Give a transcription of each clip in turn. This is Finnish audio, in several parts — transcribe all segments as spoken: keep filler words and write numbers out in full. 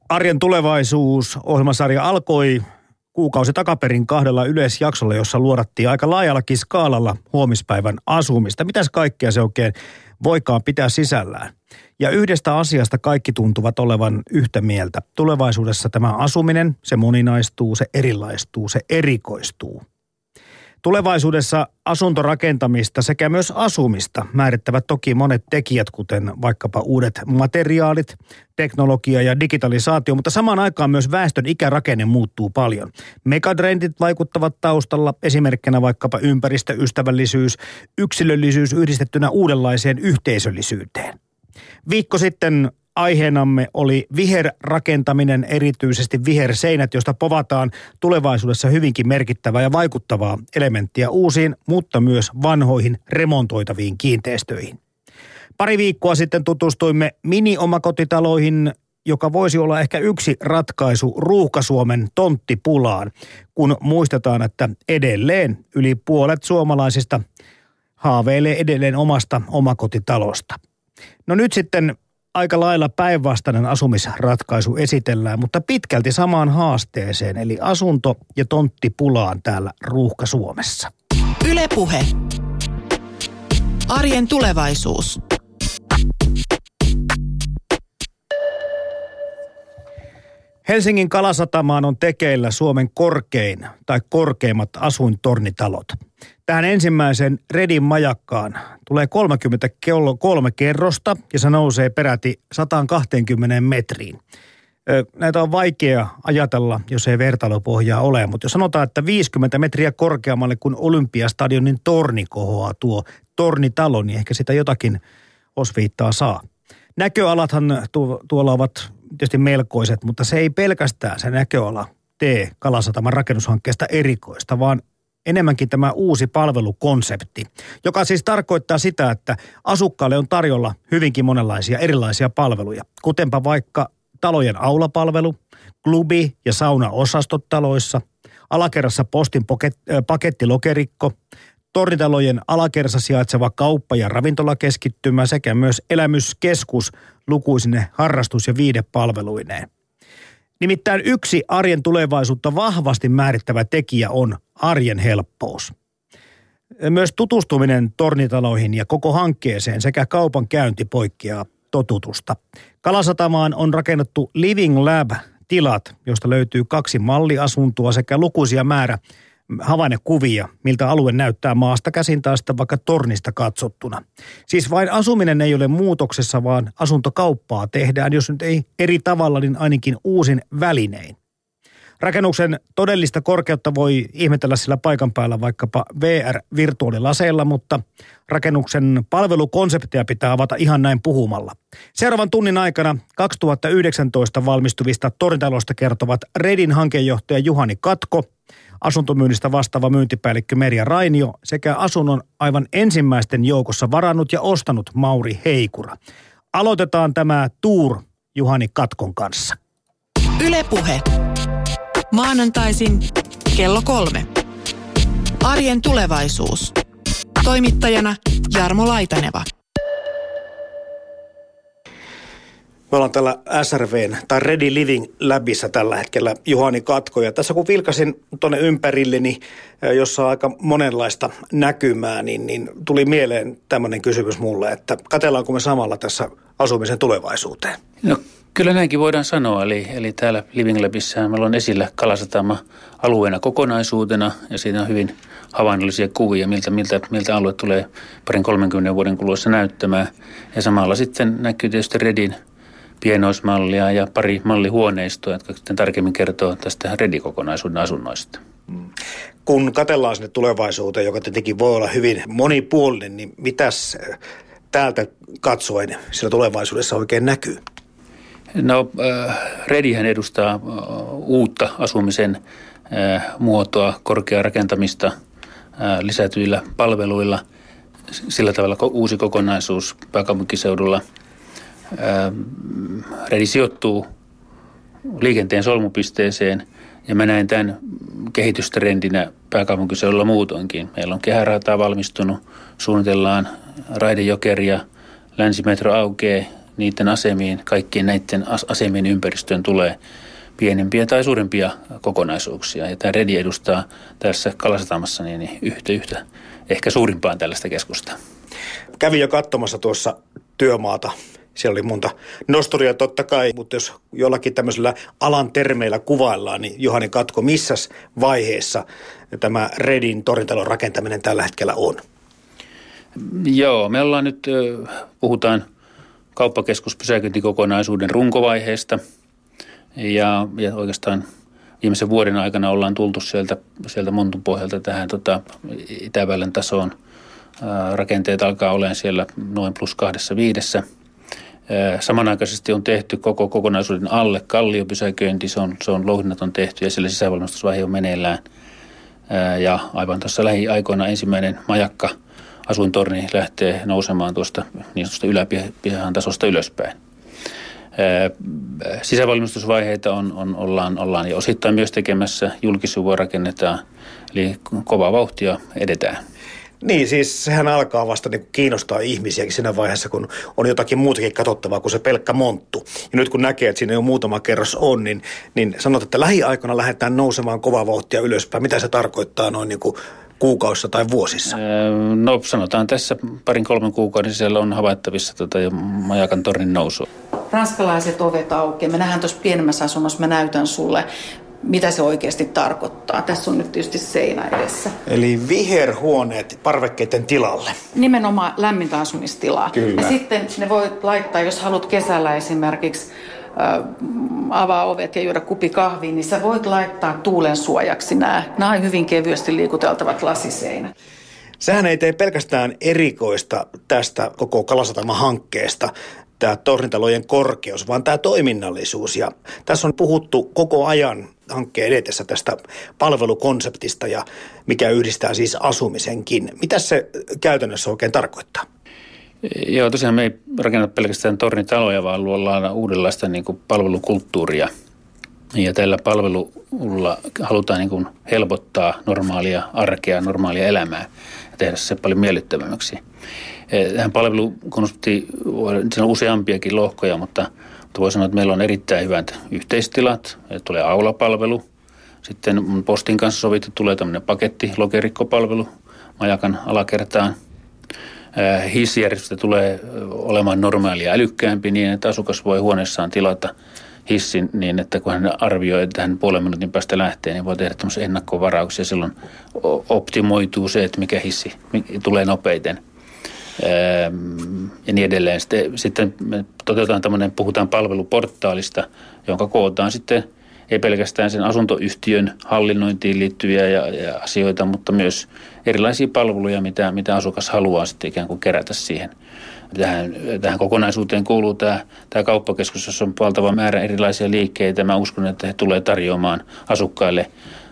Arjen tulevaisuus -ohjelmasarja alkoi kuukausi takaperin kahdella yleisjaksolla, jossa luodattiin aika laajallakin skaalalla huomispäivän asumista. Mitäs kaikkea se oikein voikaan pitää sisällään? Ja yhdestä asiasta kaikki tuntuvat olevan yhtä mieltä. Tulevaisuudessa tämä asuminen, se moninaistuu, se erilaistuu, se erikoistuu. Tulevaisuudessa asuntorakentamista sekä myös asumista määrittävät toki monet tekijät, kuten vaikkapa uudet materiaalit, teknologia ja digitalisaatio, mutta samaan aikaan myös väestön ikärakenne muuttuu paljon. Megatrendit vaikuttavat taustalla, esimerkkinä vaikkapa ympäristöystävällisyys, yksilöllisyys yhdistettynä uudenlaiseen yhteisöllisyyteen. Viikko sitten aiheenamme oli viherrakentaminen, erityisesti viherseinät, josta povataan tulevaisuudessa hyvinkin merkittävää ja vaikuttavaa elementtiä uusiin, mutta myös vanhoihin remontoitaviin kiinteistöihin. Pari viikkoa sitten tutustuimme mini-omakotitaloihin, joka voisi olla ehkä yksi ratkaisu Ruuhka-Suomen tonttipulaan, kun muistetaan, että edelleen yli puolet suomalaisista haaveilee edelleen omasta omakotitalosta. No nyt sitten aika lailla päinvastainen asumisratkaisu esitellään, mutta pitkälti samaan haasteeseen, eli asunto- ja tonttipulaan täällä Ruuhka-Suomessa. Yle Puhe. Arjen tulevaisuus. Helsingin Kalasatamaan on tekeillä Suomen korkein tai korkeimmat asuintornitalot. Tähän ensimmäisen Redin majakkaan tulee kolmekymmentäkolme kerrosta ja se nousee peräti sata kaksikymmentä metriin. Näitä on vaikea ajatella, jos ei vertailupohjaa ole, mutta jos sanotaan, että viisikymmentä metriä korkeammalle kuin Olympiastadionin torni kohoaa tuo tornitalo, niin ehkä sitä jotakin osviittaa saa. Näköalathan tu- tuolla ovat tietysti melkoiset, mutta se ei pelkästään se näköala tee Kalasataman rakennushankkeesta erikoista, vaan enemmänkin tämä uusi palvelukonsepti, joka siis tarkoittaa sitä, että asukkaalle on tarjolla hyvinkin monenlaisia erilaisia palveluja, kutenpa vaikka talojen aulapalvelu, klubi- ja saunaosastot taloissa, alakerrassa postin pakettilokerikko, tornitalojen alakerrassa sijaitseva kauppa- ja ravintolakeskittymä sekä myös elämyskeskus lukuisine harrastus- ja viihdepalveluineen. Nimittäin yksi arjen tulevaisuutta vahvasti määrittävä tekijä on arjen helppous. Myös tutustuminen tornitaloihin ja koko hankkeeseen sekä kaupan käynti poikkeaa totutusta. Kalasatamaan on rakennettu Living Lab-tilat, josta löytyy kaksi malliasuntoa sekä lukuisia määrä havainnekuvia, miltä alue näyttää maasta käsin tai sitten vaikka tornista katsottuna. Siis vain asuminen ei ole muutoksessa, vaan asuntokauppaa tehdään, jos nyt ei eri tavalla, niin ainakin uusin välinein. Rakennuksen todellista korkeutta voi ihmetellä sillä paikan päällä vaikkapa V R-virtuaalilaseilla, mutta rakennuksen palvelukonseptia pitää avata ihan näin puhumalla. Seuraavan tunnin aikana kaksituhattayhdeksäntoista valmistuvista tornitaloista kertovat Redin hankejohtaja Juhani Katko, asuntomyynnistä vastaava myyntipäällikkö Merja Rainio sekä asunnon aivan ensimmäisten joukossa varannut ja ostanut Mauri Heikura. Aloitetaan tämä tour Juhani Katkon kanssa. Yle Puhe. Maanantaisin kello kolme. Arjen tulevaisuus. Toimittajana Jarmo Laitaneva. Me ollaan täällä S R V:n tai Ready Living Labissa tällä hetkellä Juhani Katko. Ja tässä kun vilkasin tuonne ympärilleni, jossa on aika monenlaista näkymää, niin, niin tuli mieleen tämmöinen kysymys mulle, että katsellaanko me samalla tässä asumisen tulevaisuuteen? No kyllä näinkin voidaan sanoa. Eli, eli täällä Living Labissa meillä on esillä Kalasatama alueena kokonaisuutena ja siinä on hyvin havainnollisia kuvia, miltä, miltä, miltä alue tulee parin kolmenkymmenen vuoden kuluessa näyttämään. Ja samalla sitten näkyy tietysti Redin pienoismallia ja pari mallihuoneistoa, jotka sitten tarkemmin kertoo tästä Redi-kokonaisuuden asunnoista. Kun katsellaan sinne tulevaisuuteen, joka tietenkin voi olla hyvin monipuolinen, niin mitäs täältä katsoen siellä tulevaisuudessa oikein näkyy? No, äh, Redihän edustaa äh, uutta asumisen äh, muotoa, korkeaa rakentamista äh, lisätyillä palveluilla. Sillä tavalla uusi kokonaisuus pääkaupunkiseudulla. Redi sijoittuu liikenteen solmupisteeseen ja mä näen tämän kehitystrendinä pääkaupunkiseudulla muutoinkin. Meillä on kehärataa valmistunut, suunnitellaan raidejokeria, länsimetro aukeaa, niiden asemiin, kaikkien näiden asemien ympäristöön tulee pienempiä tai suurempia kokonaisuuksia. Ja tämä Redi edustaa tässä Kalasatamassa niin yhtä yhtä ehkä suurimpaan tällaista keskusta. Kävin jo katsomassa tuossa työmaata. Siellä oli monta nosturia totta kai, mutta jos jollakin tämmöisellä alan termeillä kuvaillaan, niin Juhani Katko, missäs vaiheessa tämä Redin tornitalon rakentaminen tällä hetkellä on? Joo, me ollaan nyt, puhutaan kauppakeskuspysäköintikokonaisuuden runkovaiheesta ja, ja oikeastaan viimeisen vuoden aikana ollaan tultu sieltä, sieltä Montun pohjalta tähän tota, Itäväylän tasoon. Ää, rakenteet alkaa olemaan siellä noin plus kahdessa viidessä. Ää, samanaikaisesti on tehty koko kokonaisuuden alle kalliopysäköinti, se on, se on louhinnaton tehty ja siellä sisävalmistusvaihe on meneillään. Ää, ja aivan tuossa lähiaikoina ensimmäinen majakka asuintorni lähtee nousemaan tuosta niin sanotusta yläpihan tasosta ylöspäin. Sisävalmistusvaiheita on, on, ollaan, ollaan ja osittain myös tekemässä, julkisivua rakennetaan, eli kovaa vauhtia edetään. Niin, siis sehän alkaa vasta niin kiinnostaa ihmisiäkin siinä vaiheessa, kun on jotakin muutakin katsottavaa kuin se pelkkä monttu. Ja nyt kun näkee, että siinä jo muutama kerros on, niin, niin sanot, että lähiaikoina lähdetään nousemaan kovaa vauhtia ylöspäin. Mitä se tarkoittaa noin niin kuin kuukausissa tai vuosissa? No sanotaan tässä parin kolmen kuukauden siellä on havaittavissa tota jo majakan tornin nousua. Ranskalaiset ovet auki. Me nähdään tuossa pienemmässä asunnossa, mä näytän sulle, mitä se oikeasti tarkoittaa. Tässä on nyt tietysti seinä edessä. Eli viherhuoneet parvekkeiden tilalle. Nimenomaan lämmintä asumistilaa. Kyllä. Ja sitten ne voi laittaa, jos haluat kesällä esimerkiksi äh, avaa ovet ja juoda kupi kahvia, niin sä voit laittaa tuulen suojaksi nämä. Nämä on hyvin kevyesti liikuteltavat lasiseinät. Sehän ei tee pelkästään erikoista tästä koko Kalasatama-hankkeesta, tämä tornitalojen korkeus, vaan tämä toiminnallisuus. Ja tässä on puhuttu koko ajan hankkeen edetessä tästä palvelukonseptista, ja mikä yhdistää siis asumisenkin. Mitä se käytännössä oikein tarkoittaa? Joo, tosiaan me ei rakenneta pelkästään tornitaloja, vaan luodaan uudenlaista niin kuin palvelukulttuuria. Ja tällä palvelulla halutaan niin kuin helpottaa normaalia arkea, normaalia elämää ja tehdä se paljon miellyttävämmäksi. Tähän palvelukonseptiin on useampiakin lohkoja, mutta, mutta voi sanoa, että meillä on erittäin hyvät yhteistilat. Tulee aulapalvelu, sitten postin kanssa sovittu tulee tämmöinen paketti, lokerikkopalvelu majakan alakertaan. Hissijärjestelmä tulee olemaan normaalia älykkäämpi niin, että asukas voi huoneessaan tilata hissin niin, että kun hän arvioi, että hän puolen minuutin päästä lähtee, niin voi tehdä tämmöisiä ennakkovarauksia. Silloin optimoituu se, että mikä hissi tulee nopeiten. Ja niin edelleen. Sitten, sitten me toteutetaan tämmöinen, puhutaan palveluportaalista, jonka kootaan sitten ei pelkästään sen asuntoyhtiön hallinnointiin liittyviä ja, ja asioita, mutta myös erilaisia palveluja, mitä, mitä asukas haluaa sitten ikään kuin kerätä siihen. Tähän, tähän kokonaisuuteen kuuluu tämä, tämä kauppakeskus, jossa on valtava määrä erilaisia liikkeitä. Mä uskon, että he tulee tarjoamaan asukkaille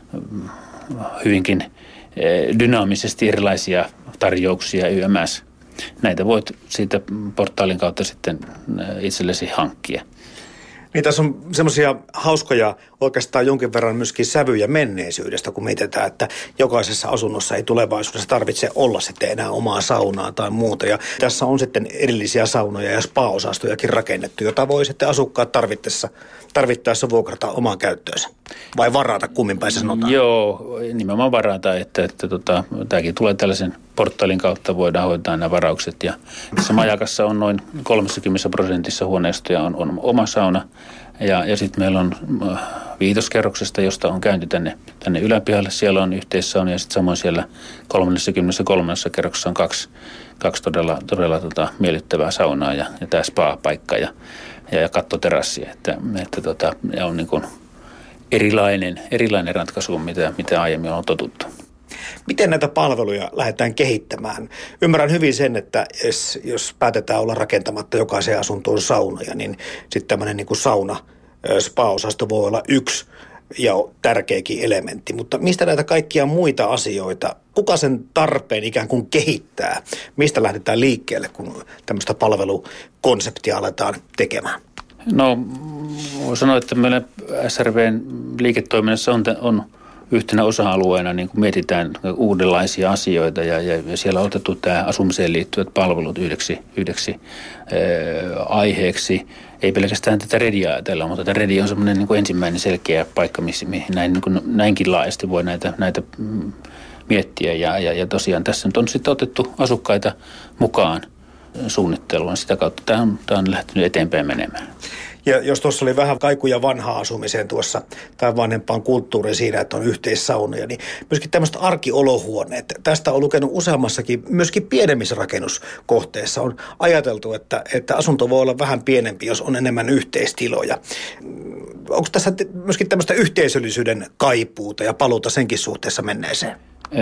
hyvinkin dynaamisesti erilaisia tarjouksia Y M S. Näitä voit siitä portaalin kautta sitten itsellesi hankkia. Niin tässä on semmoisia hauskoja oikeastaan jonkin verran myöskin sävyjä menneisyydestä, kun mietitään, että jokaisessa asunnossa ei tulevaisuudessa tarvitse olla sitten enää omaa saunaa tai muuta. Ja tässä on sitten erillisiä saunoja ja spa-osastojakin rakennettu, jota voi sitten asukkaat tarvittaessa, tarvittaessa vuokrata omaan käyttöönsä. Vai varata, kummin päin se sanotaan? Joo, nimenomaan varata, että, että tota, tämäkin tulee tällaisen portaalin kautta, voidaan hoitaa nämä varaukset. Ja tässä majakassa on noin kolmekymmentä prosentissa huoneistoja on, on oma sauna. Ja, ja sitten meillä on viitoskerroksesta, josta on käynti tänne, tänne yläpihalle. Siellä on yhteissauna ja sitten samoin siellä kolmekymmentäkolme kerroksessa on kaksi, kaksi todella, todella tota, miellyttävää saunaa ja, ja tämä spa-paikka ja, ja, ja kattoterassi. Että, että tota, ja on niin kuin erilainen, erilainen ratkaisu, mitä, mitä aiemmin on totuttu. Miten näitä palveluja lähdetään kehittämään? Ymmärrän hyvin sen, että jos, jos päätetään olla rakentamatta jokaiseen asuntoon saunoja, niin sitten tämmöinen niin kuin sauna, spa-osasto voi olla yksi ja tärkeäkin elementti. Mutta mistä näitä kaikkia muita asioita, kuka sen tarpeen ikään kuin kehittää? Mistä lähdetään liikkeelle, kun tämmöistä palvelukonseptia aletaan tekemään? No, voi sanoa, että meillä S R V:n liiketoiminnassa on, on yhtenä osa-alueena niin kuin mietitään uudenlaisia asioita ja, ja, ja siellä on otettu tämä asumiseen liittyvät palvelut yhdeksi, yhdeksi ää, aiheeksi. Ei pelkästään tätä Redia ajatella, mutta tämä Redi on semmoinen niin kuin ensimmäinen selkeä paikka, missä näin, niin kuin, näinkin laajasti voi näitä, näitä mm, miettiä. Ja, ja, ja tosiaan tässä nyt on sitten otettu asukkaita mukaan suunnitteluun. Sitä kautta tämä on, tämä on lähtenyt eteenpäin menemään. Ja jos tuossa oli vähän kaikuja vanhaan asumiseen tuossa tai vanhempaan kulttuuriin siinä, että on yhteissaunoja, niin myöskin tämmöiset arkiolohuoneet. Tästä on lukenut useammassakin, myöskin pienemmissä rakennuskohteissa on ajateltu, että, että asunto voi olla vähän pienempi, jos on enemmän yhteistiloja. Onko tässä myöskin tämmöistä yhteisöllisyyden kaipuuta ja paluuta senkin suhteessa menneeseen?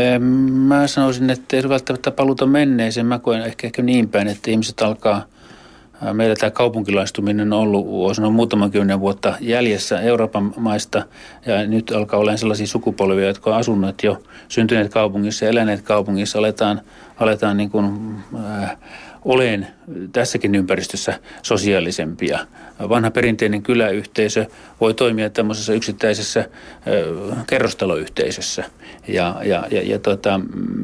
Mä sanoisin, että ei välttämättä paluuta menneeseen. Mä koen ehkä, ehkä niin päin, että ihmiset alkaa... Meillä tämä kaupunkilaistuminen on ollut vuosina muutaman kymmenen vuotta jäljessä Euroopan maista ja nyt alkaa olla sellaisia sukupolvia, jotka on asunut jo, syntyneet kaupungissa ja eläneet kaupungissa. Aletaan, aletaan niin kuin, äh, olen tässäkin ympäristössä sosiaalisempia. Vanha perinteinen kyläyhteisö voi toimia tämmöisessä yksittäisessä äh, kerrostaloyhteisössä ja, ja, ja, ja tota,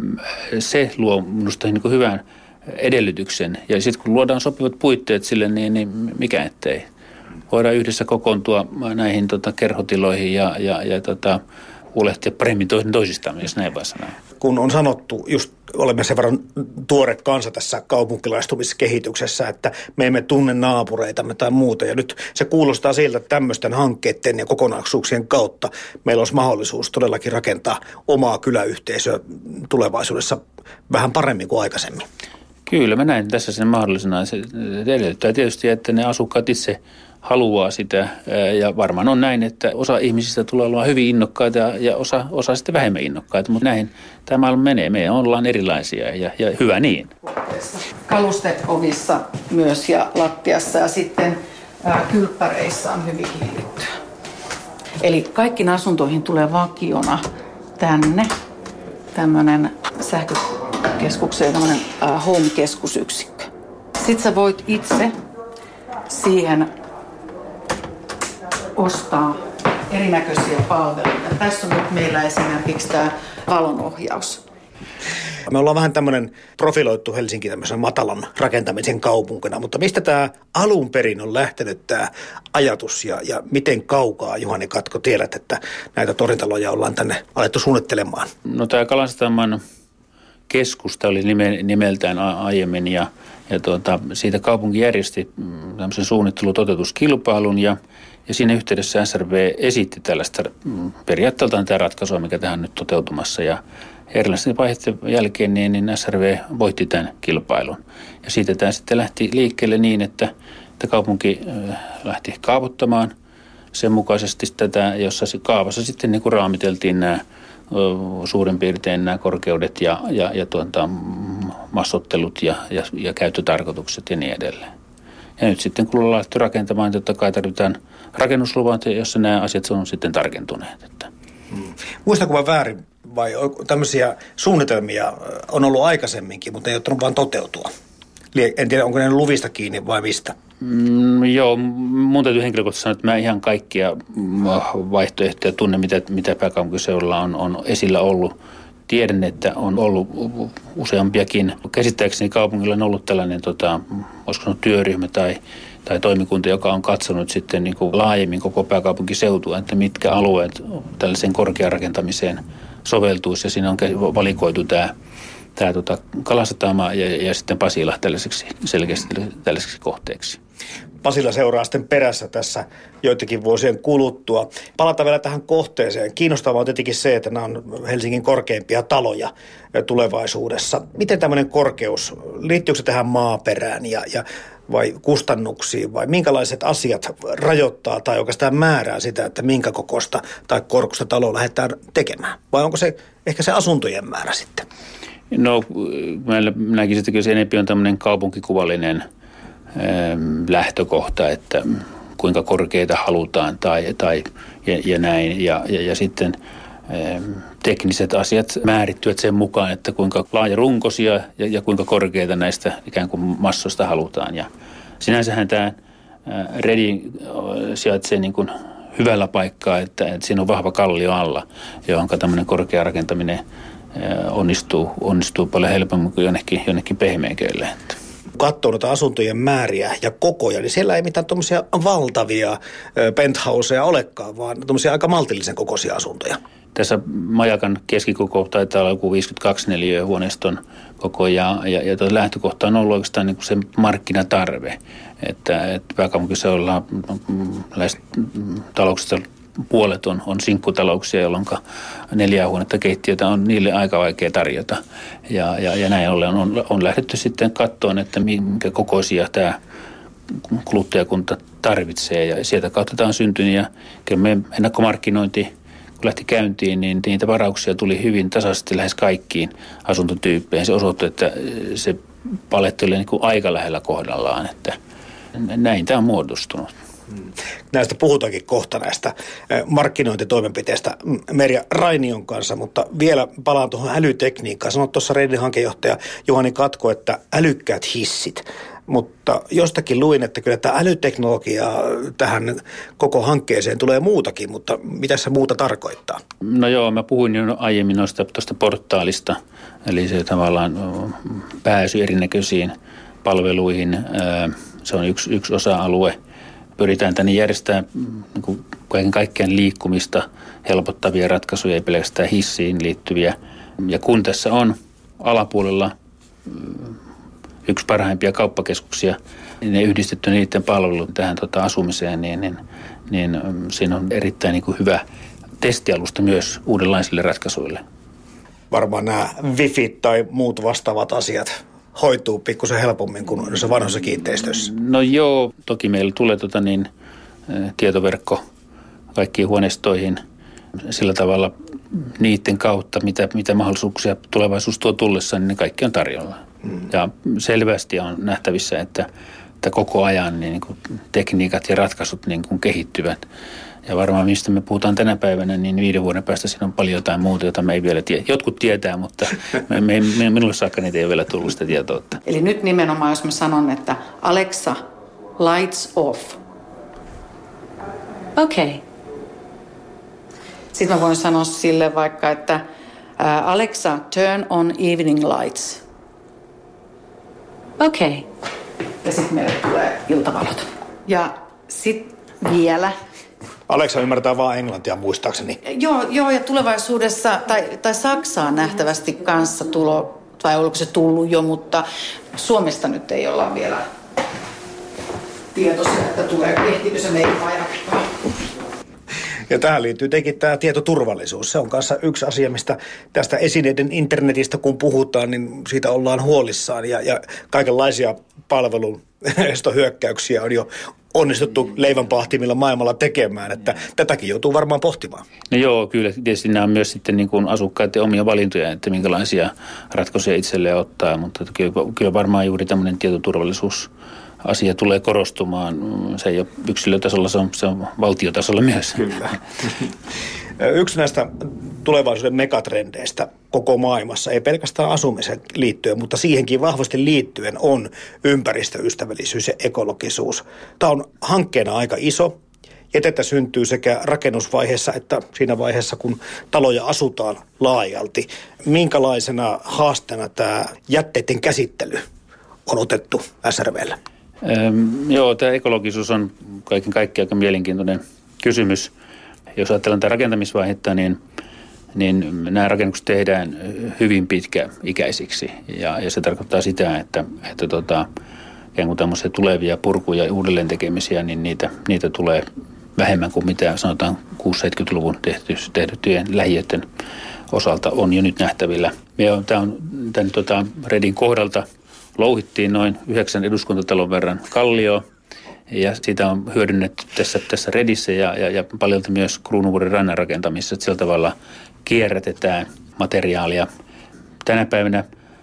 se luo minusta niin kuin hyvän edellytyksen. Ja sitten kun luodaan sopivat puitteet sille, niin, niin mikä ettei. Voidaan yhdessä kokoontua näihin tota, kerhotiloihin ja, ja, ja tota, huolehtia paremmin toisen toisistamme, jos näin vaan sanoo. Kun on sanottu, just olemme sen verran tuore kansa tässä kaupunkilaistumiskehityksessä, että me emme tunne naapureitamme tai muuta. Ja nyt se kuulostaa siltä, että tämmöisten hankkeiden ja kokonaisuuksien kautta meillä olisi mahdollisuus todellakin rakentaa omaa kyläyhteisöä tulevaisuudessa vähän paremmin kuin aikaisemmin. Kyllä, mä näin tässä sen mahdollisena. Se edellyttää tietysti, että ne asukkaat itse haluaa sitä ja varmaan on näin, että osa ihmisistä tulee olla hyvin innokkaita ja osa, osa sitten vähemmän innokkaita, mutta näin tämä maailma menee. Me ollaan erilaisia ja, ja hyvä niin. Kalusteovissa myös ja lattiassa ja sitten ää, kylppäreissä on hyvin kiinnittyä. Eli kaikkiin asuntoihin tulee vakiona tänne tämmöinen sähkökeskukseen tämmöinen ää, home-keskusyksikkö. Sitten sä voit itse siihen ostaa erinäköisiä palveluita. Tässä on nyt meillä esimerkiksi tämä valonohjaus. Me ollaan vähän tämmöinen profiloittu Helsinki tämmöisen matalan rakentamisen kaupunkina, mutta mistä tämä alun perin on lähtenyt tämä ajatus ja, ja miten kaukaa, Juhani Katko, tiedät, että näitä torintaloja ollaan tänne alettu suunnittelemaan? No tämä Kalasataman keskusta oli nime, nimeltään aiemmin ja, ja tuota, siitä kaupunki järjesti tämmöisen suunnittelu-toteutuskilpailun ja Ja siinä yhteydessä S R V esitti tällaista periaatteeltaan tämä ratkaisua, mikä tähän on nyt toteutumassa. Ja erilaisten vaiheiden jälkeen niin, niin S R V voitti tämän kilpailun. Ja siitä tämä sitten lähti liikkeelle niin, että, että kaupunki lähti kaavoittamaan sen mukaisesti tätä, jossa kaavassa sitten niin kuin raamiteltiin nämä suurin piirtein nämä korkeudet ja, ja, ja tuota, massottelut ja, ja, ja käyttötarkoitukset ja niin edelleen. Ja nyt sitten kun ollaan lähdetty rakentamaan, totta kai tarvitaan rakennusluvat, jossa nämä asiat on sitten tarkentuneet. Että. Hmm. Muistanko mä väärin vai tämmöisiä suunnitelmia on ollut aikaisemminkin, mutta ei ottanut vaan toteutua? En tiedä, onko ne luvista kiinni vai mistä? Mm, joo, mun täytyy henkilökohtaisesti sanoa, että mä ihan kaikkia vaihtoehtoja tunne, mitä, mitä pääkaupunkiseudulla on, on esillä ollut. Tiedän, että on ollut useampiakin. Käsittääkseni kaupungilla on ollut tällainen, tota, voisiko sanoa työryhmä tai, tai toimikunta, joka on katsonut sitten niin kuin laajemmin koko pääkaupunkiseutua, että mitkä alueet tällaiseen korkearakentamiseen soveltuisi. Ja siinä on valikoitu tämä, tämä tota, Kalasatama ja, ja sitten Pasila tällaiseksi selkeästi tällaiseksi kohteeksi. Pasila seuraa sitten perässä tässä joitakin vuosien kuluttua. Palataan vielä tähän kohteeseen. Kiinnostavaa on tietenkin se, että nämä on Helsingin korkeimpia taloja tulevaisuudessa. Miten tämmöinen korkeus, liittyykö se tähän maaperään ja, ja vai kustannuksiin vai minkälaiset asiat rajoittaa tai oikeastaan määrää sitä, että minkä kokoista tai korkusta taloa lähdetään tekemään? Vai onko se ehkä se asuntojen määrä sitten? No, mä näkisin, että kyllä se enemmän on tämmöinen kaupunkikuvallinen lähtökohta, että kuinka korkeita halutaan tai, tai ja, ja näin. Ja, ja, ja sitten ä, tekniset asiat määrittyvät sen mukaan, että kuinka laajarunkoisia ja, ja kuinka korkeita näistä ikään kuin massoista halutaan. Ja sinänsähän tämä Redi sijaitsee niin kuin hyvällä paikkaa, että, että siinä on vahva kallio alla, johon tämmöinen korkea rakentaminen onnistuu, onnistuu paljon helpommin kuin jonnekin, jonnekin pehmeäköille. Katsoo noita asuntojen määriä ja kokoja, niin siellä ei mitään tuommoisia valtavia penthouseja olekaan, vaan tuommoisia aika maltillisen kokoisia asuntoja. Tässä majakan keskikoko taitaa olla joku viisikymmentäkaksi neliöä huoneiston koko ja, ja, ja lähtökohta on ollut oikeastaan niin kuin se markkinatarve, että, että pääkaupunkiseudulla lähes talouksista puolet on, on sinkkutalouksia, jolloin neljää huonetta keittiötä on niille aika vaikea tarjota. Ja, ja, ja näin ollen on, on lähdetty sitten katsomaan, että minkä kokoisia tämä kuluttajakunta tarvitsee. Ja sieltä kautta tämä on syntynyt. Ja kyllä me ennakkomarkkinointi, kun lähti käyntiin, niin niitä varauksia tuli hyvin tasaisesti lähes kaikkiin asuntotyyppeihin. Se osoitti, että se paletti oli niin kuin aika lähellä kohdallaan, että näin tämä on muodostunut. Näistä puhutaankin kohta näistä markkinointitoimenpiteistä Merja Rainion kanssa, mutta vielä palaan tuohon älytekniikkaan. Sanoit tuossa Redin hankejohtaja Juhani Katko, että älykkäät hissit, mutta jostakin luin, että kyllä tämä älyteknologia tähän koko hankkeeseen tulee muutakin, mutta mitä se muuta tarkoittaa? No joo, mä puhuin jo aiemmin noista tuosta portaalista, eli se tavallaan pääsy erinäköisiin palveluihin, se on yksi, yksi osa-alue. Pyritään tänne järjestämään niin kuin kaiken kaikkiaan liikkumista helpottavia ratkaisuja, ei pelkästään hissiin liittyviä. Ja kun tässä on alapuolella yksi parhaimpia kauppakeskuksia, niin ne yhdistetty niiden palvelut tähän tota, asumiseen, niin, niin, niin siinä on erittäin niin kuin hyvä testialusta myös uudenlaisille ratkaisuille. Varmaan nämä wifi tai muut vastaavat asiat hoituu pikkusen helpommin kuin noissa vanhoissa kiinteistöissä. No joo, toki meillä tulee tota niin, tietoverkko kaikkiin huoneistoihin sillä tavalla niiden kautta, mitä, mitä mahdollisuuksia tulevaisuus tuo tullessa, niin ne kaikki on tarjolla. Hmm. Ja selvästi on nähtävissä, että, että koko ajan niin, niin kuin tekniikat ja ratkaisut niin kuin kehittyvät. Ja varmaan mistä me puhutaan tänä päivänä, niin viiden vuoden päästä siinä on paljon jotain muuta, jota me ei vielä tiedä. Jotkut tietää, mutta me, me, me, minulle saakka niitä ei ole vielä tullut sitä tietoa. Eli nyt nimenomaan, jos mä sanon, että Alexa, lights off. Okei. Okay. Sitten mä voin sanoa sille vaikka, että Alexa, turn on evening lights. Okei. Okay. Ja sitten meille tulee iltavalot. Ja sitten vielä... Alexa ymmärtää vaan englantia muistaakseni. Joo, joo ja tulevaisuudessa, tai, tai Saksaan nähtävästi kanssa tulo, tai oliko se tullut jo, mutta Suomesta nyt ei olla vielä tietoisia, että tulee, ehtiikö se meidän ajakkaan. Ja tähän liittyy tietenkin tämä tietoturvallisuus. Se on kanssa yksi asia, mistä tästä esineiden internetistä kun puhutaan, niin siitä ollaan huolissaan. Ja, ja kaikenlaisia palvelun estohyökkäyksiä on jo onnistuttu leivänpahtimilla maailmalla tekemään, että tätäkin joutuu varmaan pohtimaan. No joo, kyllä tietysti nämä on myös sitten niin kuin asukkaiden omia valintoja, että minkälaisia ratkaisuja itselleen ottaa, mutta kyllä, kyllä varmaan juuri tämmöinen tietoturvallisuus asia tulee korostumaan. Se ei ole yksilötasolla, se on, se on valtiotasolla myös. Kyllä. Yksi näistä tulevaisuuden megatrendeistä koko maailmassa, ei pelkästään asumiseen liittyen, mutta siihenkin vahvasti liittyen on ympäristöystävällisyys ja ekologisuus. Tämä on hankkeena aika iso. Jätettä syntyy sekä rakennusvaiheessa että siinä vaiheessa, kun taloja asutaan laajalti. Minkälaisena haasteena tämä jätteiden käsittely on otettu S R V:llä? Ähm, joo, tämä ekologisuus on kaiken kaikkiaan aika mielenkiintoinen kysymys. Jos ajatellaan tätä rakentamisvaihetta, niin, niin nämä rakennukset tehdään hyvin pitkäikäisiksi. Ja, ja se tarkoittaa sitä, että, että tota, ikään kuin tämmöisiä tulevia purkuja ja uudelleen tekemisiä, niin niitä, niitä tulee vähemmän kuin mitä sanotaan kuusikymmentä-seitsemänkymmentäluvun tehty, tehtyjen lähiöiden osalta on jo nyt nähtävillä. Me tämä on tämän tota, Redin kohdalta louhittiin noin yhdeksän eduskuntatalon verran kallioa. Ja sitä on hyödynnetty tässä, tässä Redissä ja, ja, ja paljolti myös Kruunuvuoren rannan rakentamisessa, että sillä tavalla kierrätetään materiaalia. Tänä päivänä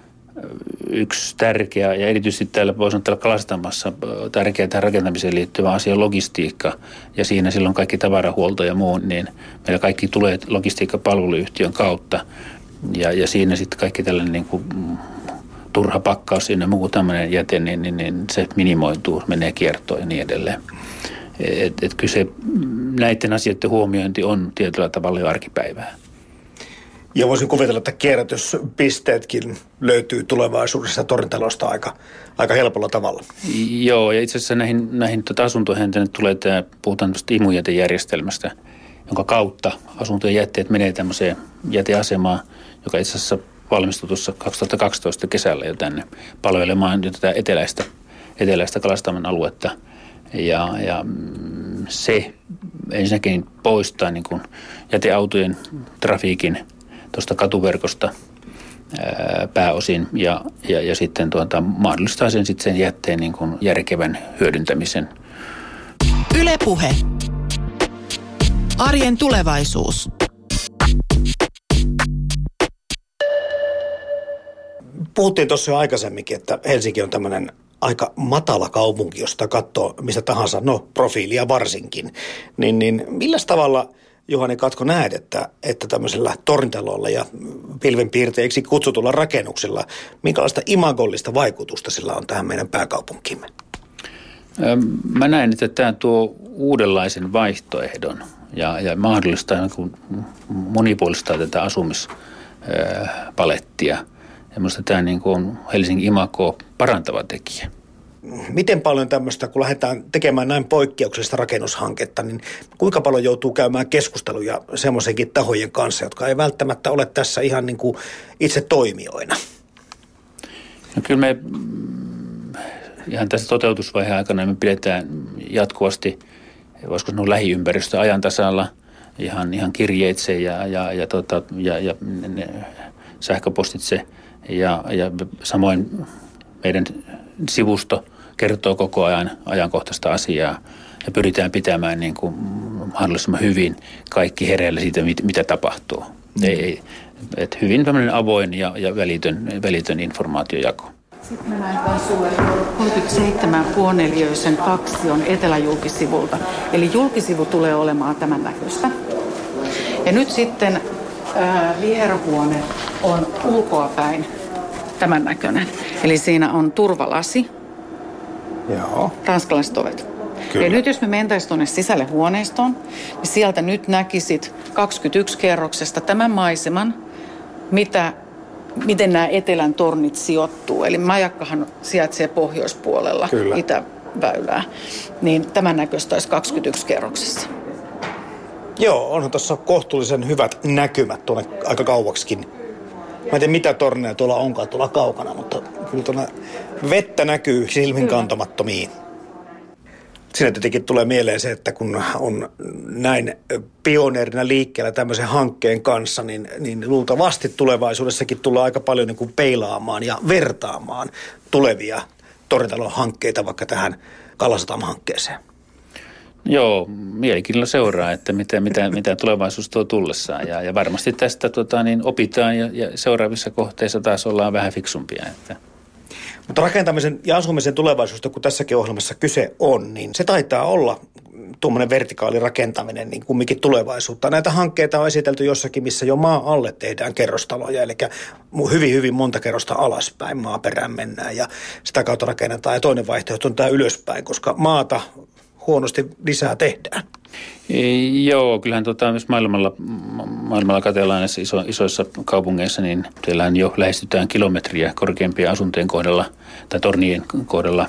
yksi tärkeä ja erityisesti täällä voisi sanoa täällä Kalastamassa tärkeä tähän rakentamiseen liittyvä asia on logistiikka. Ja siinä silloin kaikki tavarahuolto ja muu, niin meillä kaikki tulee logistiikkapalveluyhtiön kautta. Ja, ja siinä sitten kaikki tällainen niin kuin turha pakkaus ja muu tämmöinen jäte, niin, niin, niin se minimoituu, menee kiertoon ja niin edelleen. Että et kyllä se näiden asioiden huomiointi on tietyllä tavalla jo arkipäivää. Ja voisin kuvitella, että kierrätyspisteetkin löytyy tulevaisuudessa tornitalosta aika, aika helpolla tavalla. Joo, ja itse asiassa näihin, näihin tuota asuntoihin tänne tulee tämä, puhutaan tämmöistä imujätejärjestelmästä, jonka kautta asuntojen jätteet menee tämmöiseen jäteasemaan, joka itse asiassa valmistui tuossa kaksituhattakaksitoista kesällä jo tänne palvelemaan jo tätä eteläistä, eteläistä Kalastaman aluetta. Ja, ja se ensinnäkin poistaa niin kuin jäteautojen trafiikin tuosta katuverkosta ää, pääosin ja, ja, ja sitten tuota, mahdollistaa sen, sitten sen jätteen niin kuin järkevän hyödyntämisen. Yle Puhe. Arjen tulevaisuus. Puhuttiin tuossa jo aikaisemminkin, että Helsinki on tämmöinen aika matala kaupunki, josta katsoo mistä tahansa, no profiilia varsinkin. Niin, niin milläs tavalla, Juhani Katko, näet, että, että tämmöisellä tornitalolla ja pilvenpiirteiksi kutsutulla rakennuksella, minkälaista imagollista vaikutusta sillä on tähän meidän pääkaupunkimme? Mä näen, että tämä tuo uudenlaisen vaihtoehdon ja, ja mahdollistaa niin kuin monipuolistaa tätä asumispalettia. Ja minusta tämä niin kuin on Helsingin imagoa parantava tekijä. Miten paljon tämmöistä, kun lähdetään tekemään näin poikkeuksellista rakennushanketta, niin kuinka paljon joutuu käymään keskusteluja semmoisenkin tahojen kanssa, jotka ei välttämättä ole tässä ihan niin kuin itse toimijoina? No kyllä me ihan tässä toteutusvaiheen aikana me pidetään jatkuvasti, voisiko sanoa lähiympäristö ajan tasalla, ihan, ihan kirjeitse ja, ja, ja, tota, ja, ja ne, sähköpostitse ja, ja samoin meidän sivusto kertoo koko ajan ajankohtaista asiaa ja pyritään pitämään niin kuin mahdollisimman hyvin kaikki hereillä siitä, mit, mitä tapahtuu. Mm. Ei, et hyvin tämmöinen avoin ja, ja välitön, välitön informaatiojako. Sitten mä näen tämän sulle kolmekymmentäseitsemän puoneliöisen kaksion eteläjulkisivulta. Eli julkisivu tulee olemaan tämän näköistä. Ja nyt sitten ää, viherhuone on ulkoapäin tämän näköinen. Eli siinä on turvalasi. Joo. Ranskalaiset ovet. Kyllä. Ja nyt jos me mentäisiin tuonne sisälle huoneistoon, niin sieltä nyt näkisit kaksikymmentäyksi kerroksesta tämän maiseman, mitä, miten nämä etelän tornit sijoittuu. Eli majakkahan sijaitsee pohjoispuolella, Kyllä. itäväylää. Niin tämän näköistä olisi kaksikymmentäyksi kerroksessa. Joo, onhan tuossa kohtuullisen hyvät näkymät tuonne aika kauaksikin. Mä en tiedä, mitä torneja tuolla onkaan tuolla kaukana, mutta kyllä tuonne vettä näkyy silmin kantamattomiin. Siinä tietenkin tulee mieleen se, että kun on näin pioneerina liikkeellä tämmöisen hankkeen kanssa, niin, niin luultavasti tulevaisuudessakin tulee aika paljon niin kuin peilaamaan ja vertaamaan tulevia tornitalon hankkeita vaikka tähän Kalasatama-hankkeeseen. Joo, mielenkiinnolla seuraa, että mitä, mitä, mitä tulevaisuus tuo tullessaan. Ja, ja varmasti tästä tota, niin opitaan ja, ja seuraavissa kohteissa taas ollaan vähän fiksumpia. Että. Mutta rakentamisen ja asumisen tulevaisuudesta, kun tässäkin ohjelmassa kyse on, niin se taitaa olla tuommoinen vertikaalirakentaminen niin kumminkin tulevaisuutta. Näitä hankkeita on esitelty jossakin, missä jo maa alle tehdään kerrostaloja, eli hyvin, hyvin monta kerrosta alaspäin maaperään mennään ja sitä kautta rakennetaan. Ja toinen vaihtoehto on tämä ylöspäin, koska maata huonosti lisää tehdään. Joo, kyllähän tota, jos maailmalla, maailmalla katsellaan näissä iso, isoissa kaupungeissa, niin siellähän jo lähestytään kilometriä korkeampien asuntojen kohdalla tai tornien kohdalla.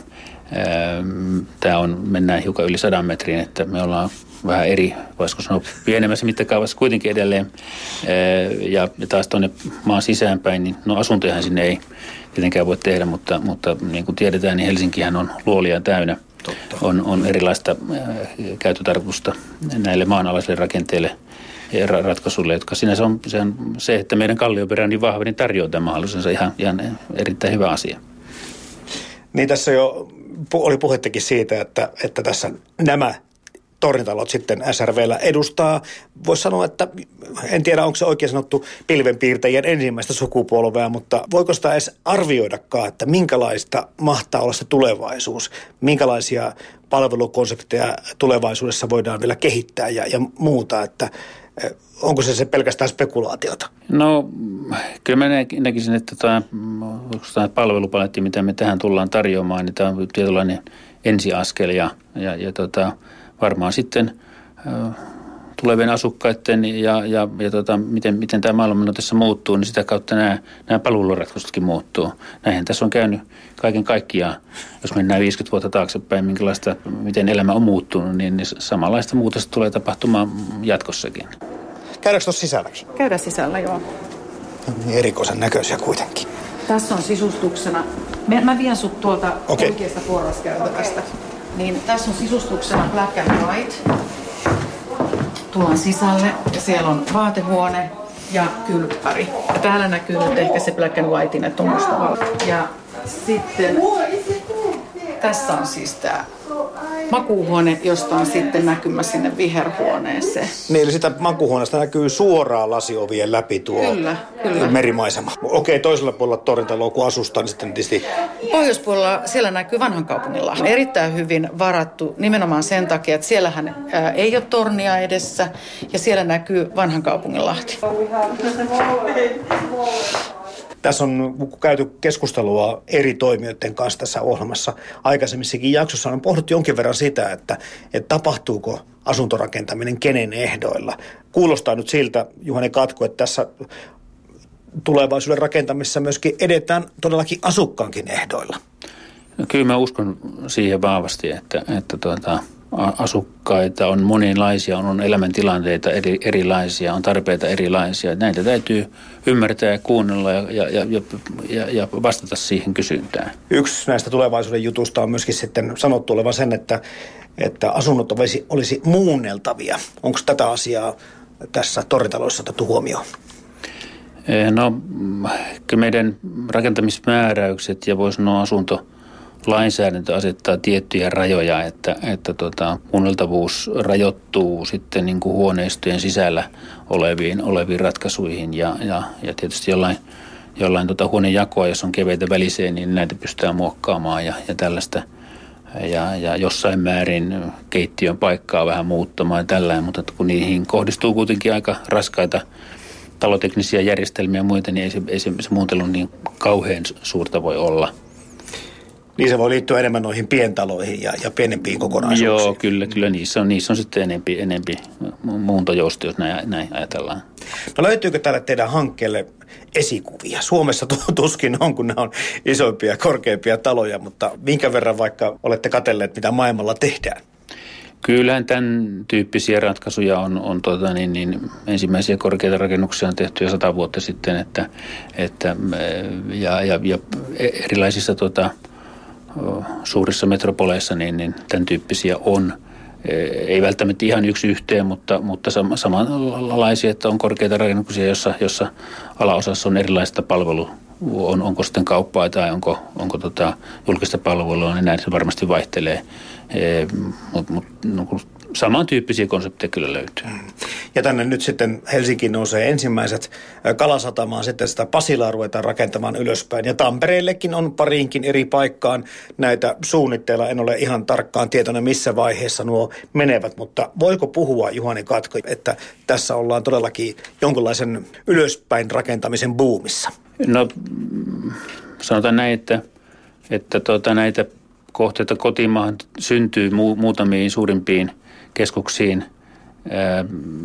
Tämä on, mennään hiukan yli sadan metriin, että me ollaan vähän eri, voisiko sanoa pienemmässä mittakaavassa kuitenkin edelleen. Ja, ja taas tuonne maan sisäänpäin, niin no asuntojahan sinne ei tietenkään voi tehdä, mutta, mutta niin kuin tiedetään, niin Helsinkihän on luolia täynnä. On, on erilaista äh, käyttötarkoitusta näille maanalaisille rakenteille ja ra- ratkaisuille, jotka sinänsä on se, on se, että meidän kallioperä on niin vahva, niin tarjoaa tämän mahdollisuudensa ihan, ihan erittäin hyvä asia. Niin tässä jo oli puhettakin siitä, että, että tässä nämä tornitalot sitten S R V:llä edustaa. Voisi sanoa, että en tiedä, onko se oikein sanottu pilvenpiirtäjien ensimmäistä sukupolvea, mutta voiko sitä edes arvioidakaan, että minkälaista mahtaa olla se tulevaisuus, minkälaisia palvelukonsepteja tulevaisuudessa voidaan vielä kehittää ja, ja muuta, että onko se, se pelkästään spekulaatiota? No kyllä mä näkisin, että tämä, tämä palvelupaletti, mitä me tähän tullaan tarjoamaan, niin tämä on tietynlainen ensiaskel ja, ja, ja tota, varmaan sitten tulevien asukkaiden ja, ja, ja tota, miten, miten tämä maailma tässä muuttuu, niin sitä kautta nämä, nämä palveluratkaisutkin muuttuu. Näinhän tässä on käynyt kaiken kaikkiaan, jos mennään viisikymmentä vuotta taaksepäin, minkälaista, miten elämä on muuttunut, niin, niin samanlaista muutosta tulee tapahtumaan jatkossakin. Käydäänkö tuossa sisälläkin? Käydään sisällä, joo. Niin erikoisen näköisiä kuitenkin. Tässä on sisustuksena. Mä vien sut tuolta okay. oikeasta porraskäytävästä. Niin tässä on sisustuksena black and white. Tullaan sisälle ja siellä on vaatehuone ja kylppäri. Ja täällä näkyy nyt ehkä se black and white, että on musta valo. Ja sitten tässä on siis tää makuuhuone, josta on sitten näkymä sinne viherhuoneeseen. Niin, eli sitä makuuhuoneesta näkyy suoraan lasiovien läpi tuo kyllä, kyllä. merimaisema. Okei, toisella puolella tornitaloa kun asustaa, niin sitten tietysti... Pohjoispuolella siellä näkyy vanhan kaupungin lahti. Erittäin hyvin varattu nimenomaan sen takia, että siellähän ää, ei ole tornia edessä ja siellä näkyy vanhan kaupungin lahti. Tässä on käyty keskustelua eri toimijoiden kanssa tässä ohjelmassa. Aikaisemmissakin jaksossa on pohdittu jonkin verran sitä, että, että tapahtuuko asuntorakentaminen kenen ehdoilla. Kuulostaa nyt siltä, Juhani Katko, että tässä tulevaisuuden rakentamisessa myöskin edetään todellakin asukkaankin ehdoilla. No, kyllä mä uskon siihen vahvasti, että, että tuota, asukkaita on monenlaisia, on elämäntilanteita eri, erilaisia, on tarpeita erilaisia. Näitä täytyy ymmärtää ja kuunnella ja, ja, ja, ja, ja vastata siihen kysyntään. Yksi näistä tulevaisuuden jutusta on myöskin sitten sanottu olevan sen, että, että asunnot olisi, olisi muunneltavia. Onko tätä asiaa tässä tornitaloissa otettu huomioon? No, kyllä meidän rakentamismääräykset ja voisi sanoa asunto lainsäädäntö asettaa tiettyjä rajoja, että, että tota, muunneltavuus rajoittuu sitten niin kuin huoneistojen sisällä oleviin, oleviin ratkaisuihin ja, ja, ja tietysti jollain, jollain tota huonejakoa, jos on keveitä väliseen, niin näitä pystytään muokkaamaan ja, ja tällaista. Ja, ja jossain määrin keittiön paikkaa vähän muuttamaan ja tällainen, mutta kun niihin kohdistuu kuitenkin aika raskaita taloteknisiä järjestelmiä ja muita, niin ei se, ei se, se muuntelu niin kauhean suurta voi olla. Niin se voi liittyä enemmän noihin pientaloihin ja, ja pienempiin kokonaisuuksiin. Joo, kyllä, kyllä niissä on, niissä on sitten enempi, enempi muuntojousto, jos näin, näin ajatellaan. No löytyykö tälle teidän hankkeelle esikuvia? Suomessa tuskin on, kun nämä on isoimpia ja korkeimpia taloja, mutta minkä verran vaikka olette katselleet, mitä maailmalla tehdään? Kyllähän tämän tyyppisiä ratkaisuja on, on tota niin, niin, ensimmäisiä korkeita rakennuksia on tehty jo sata vuotta sitten, että, että ja, ja, ja erilaisissa tota, suurissa metropoleissa niin, niin tämän tyyppisiä on. Ei välttämättä ihan yksi yhteen, mutta, mutta samanlaisia, että on korkeita rakennuksia, jossa, jossa alaosassa on erilaista palvelua. On, onko sitten kauppaa tai onko, onko tota julkista palvelua, niin näin se varmasti vaihtelee. E, mutta mut, no, samantyyppisiä konsepteja kyllä löytyy. Ja tänne nyt sitten Helsinkiin nousee ensimmäiset Kalasatamaan, sitten sitä Pasilaa ruvetaan rakentamaan ylöspäin. Ja Tampereellekin on pariinkin eri paikkaan näitä suunnitteilla. En ole ihan tarkkaan tietoinen, missä vaiheessa nuo menevät, mutta voiko puhua, Juhani Katko, että tässä ollaan todellakin jonkinlaisen ylöspäin rakentamisen buumissa? No sanotaan näin, että, että tuota, näitä kohteita kotimaahan syntyy mu- muutamiin suurimpiin keskuksiin. Ää,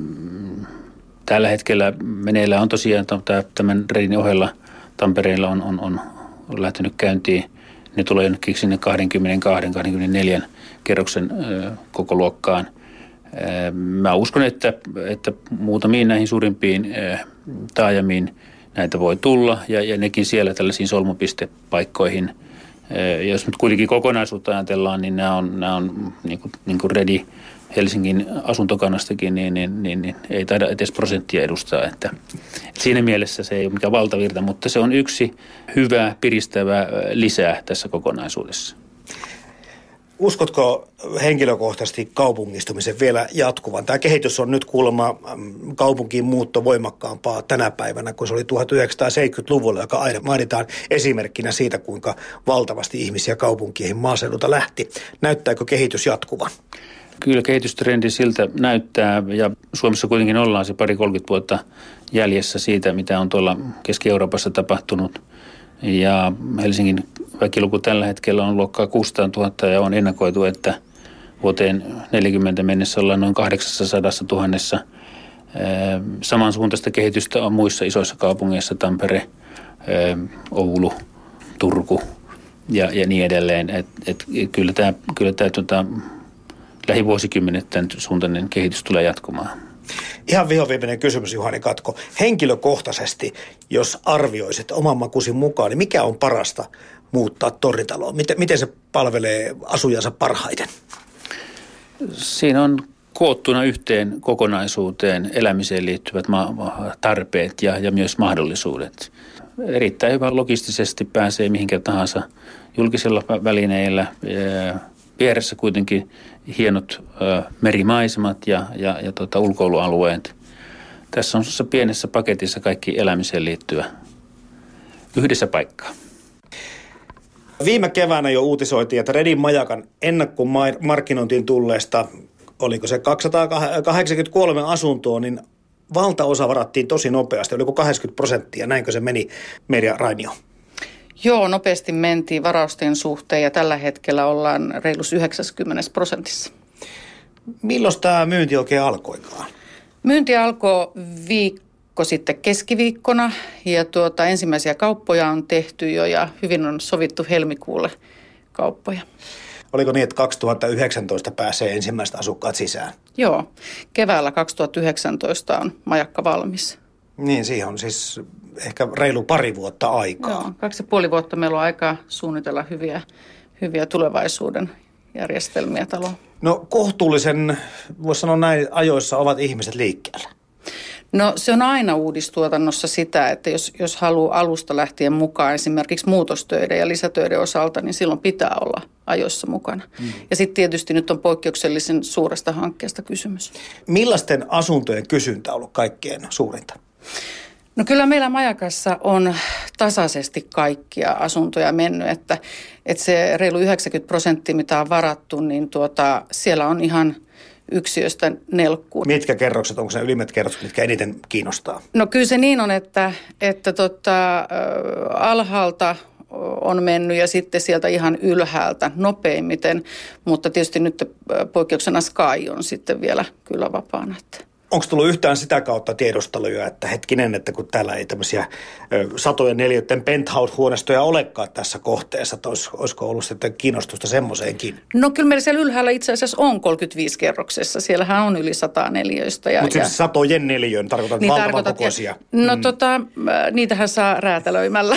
tällä hetkellä meneillä on tosiaan tämän Redin ohella Tampereella on, on, on lähtenyt käyntiin. Ne tulee jonnekin sinne kaksikymmentäkaksi kaksikymmentäneljä kerroksen ää, koko luokkaan. Ää, mä uskon, että, että muutamiin näihin suurimpiin ää, taajamiin näitä voi tulla ja, ja nekin siellä tällaisiin solmupistepaikkoihin. Ja jos nyt kuitenkin kokonaisuutta ajatellaan, niin nämä on, nämä on niin kuin, niin kuin Redi Helsingin asuntokannastakin, niin, niin, niin, niin ei taida edes prosenttia edustaa. Että, että siinä mielessä se ei ole mikään valtavirta, mutta se on yksi hyvä, piristävä lisää tässä kokonaisuudessa. Uskotko henkilökohtaisesti kaupungistumisen vielä jatkuvan? Tämä kehitys on nyt kuulemma kaupunkiin muutto voimakkaampaa tänä päivänä, kun se oli tuhatyhdeksänsataaseitsemänkymmentäluvulla, joka aina mainitaan esimerkkinä siitä, kuinka valtavasti ihmisiä kaupunkiin maaseudulta lähti. Näyttääkö kehitys jatkuvan? Kyllä kehitystrendi siltä näyttää ja Suomessa kuitenkin ollaan se pari kolmekymmentä vuotta jäljessä siitä, mitä on tuolla Keski-Euroopassa tapahtunut. Ja Helsingin väkiluku tällä hetkellä on luokkaa kuusisataatuhatta ja on ennakoitu, että vuoteen neljäkymmentä mennessä ollaan noin kahdeksansataa tuhatta. Samansuuntaista kehitystä on muissa isoissa kaupungeissa, Tampere, Oulu, Turku ja, ja niin edelleen. Et, et, kyllä tämä, kyllä tämä tota, lähivuosikymmenet tämän suuntainen kehitys tulee jatkumaan. Ihan vihoviimeinen kysymys, Juhani Katko. Henkilökohtaisesti, jos arvioisit oman makusi mukaan, niin mikä on parasta muuttaa tornitaloon? Miten, miten se palvelee asujansa parhaiten? Siinä on koottuna yhteen kokonaisuuteen elämiseen liittyvät ma- tarpeet ja, ja myös mahdollisuudet. Erittäin hyvä logistisesti pääsee mihinkä tahansa julkisella välineillä. Vieressä kuitenkin hienot ö, merimaisemat ja, ja, ja tota, ulkoilualueet. Tässä on semmoisessa pienessä paketissa kaikki elämiseen liittyvä yhdessä paikkaa. Viime keväänä jo uutisoitiin, että Redin majakan ennakkomarkkinointiin tulleesta, oliko se kaksisataakahdeksankymmentäkolme asuntoa, niin valtaosa varattiin tosi nopeasti. Oliko kahdeksankymmentä prosenttia? Näinkö se meni, Merja Rainio? Joo, nopeasti mentiin varausten suhteen ja tällä hetkellä ollaan reilus yhdeksänkymmentä prosentissa. Milloin tämä myynti oikein alkoikaan? Myynti alkoi viikko sitten keskiviikkona ja tuota, ensimmäisiä kauppoja on tehty jo ja hyvin on sovittu helmikuulle kauppoja. Oliko niin, että kaksituhattayhdeksäntoista pääsee ensimmäiset asukkaat sisään? Joo, keväällä kaksituhattayhdeksäntoista on majakka valmis. Niin, siihen on siis ehkä reilu pari vuotta aikaa. Joo, kaksi ja puoli vuotta meillä on aikaa suunnitella hyviä, hyviä tulevaisuuden järjestelmiä taloon. No kohtuullisen, voisi sanoa näin, ajoissa ovat ihmiset liikkeellä. No se on aina uudistuotannossa sitä, että jos, jos haluaa alusta lähtien mukaan esimerkiksi muutostöiden ja lisätöiden osalta, niin silloin pitää olla ajoissa mukana. Mm. Ja sitten tietysti nyt on poikkeuksellisen suuresta hankkeesta kysymys. Millaisten asuntojen kysyntä on ollut kaikkein suurinta? No kyllä meillä majakassa on tasaisesti kaikkia asuntoja mennyt, että, että se reilu yhdeksänkymmentä prosenttia, mitä on varattu, niin tuota, siellä on ihan yksiöstä nelkkuun. Mitkä kerrokset, onko ne ylimmät kerrokset, mitkä eniten kiinnostaa? No kyllä se niin on, että, että tota, alhaalta on mennyt ja sitten sieltä ihan ylhäältä nopeimmiten, mutta tietysti nyt poikkeuksena Sky on sitten vielä kyllä vapaana. Onko tullut yhtään sitä kautta tiedusteluja, että hetkinen, että kun täällä ei tämmöisiä ö, satojen neliöiden penthouse-huoneistoja olekaan tässä kohteessa, että olis, olisiko ollut sitten kiinnostusta semmoiseenkin? No kyllä meillä siellä ylhäällä itse asiassa on kolmekymmentäviisi kerroksessa. Siellähän on yli sata neliöistä. Mutta siis satojen neliöön tarkoitan niin valtavan kokoisia. No mm. tota, niitähän saa räätälöimällä.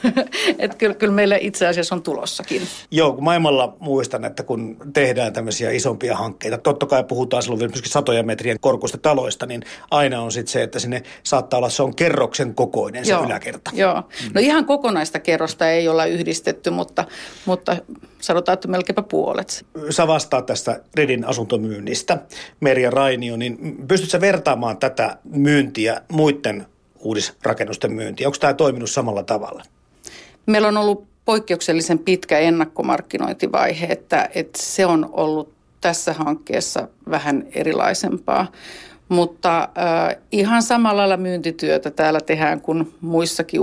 Että kyllä, kyllä meillä itse asiassa on tulossakin. Joo, kun maailmalla muistan, että kun tehdään tämmöisiä isompia hankkeita, totta kai puhutaan silloin myöskin satojen metrien korkuista taloista, niin aina on sitten se, että sinne saattaa olla, se on kerroksen kokoinen se joo, yläkerta. Joo, no ihan kokonaista kerrosta ei olla yhdistetty, mutta, mutta sanotaan, että melkeinpä puolet. Sä vastaat tästä Redin asuntomyynnistä, Merja Rainio, niin pystytkö sä vertaamaan tätä myyntiä muiden uudisrakennusten myyntiä? Onko tämä toiminut samalla tavalla? Meillä on ollut poikkeuksellisen pitkä ennakkomarkkinointivaihe, että, että se on ollut tässä hankkeessa vähän erilaisempaa. Mutta äh, ihan samalla lailla myyntityötä täällä tehdään kuin muissakin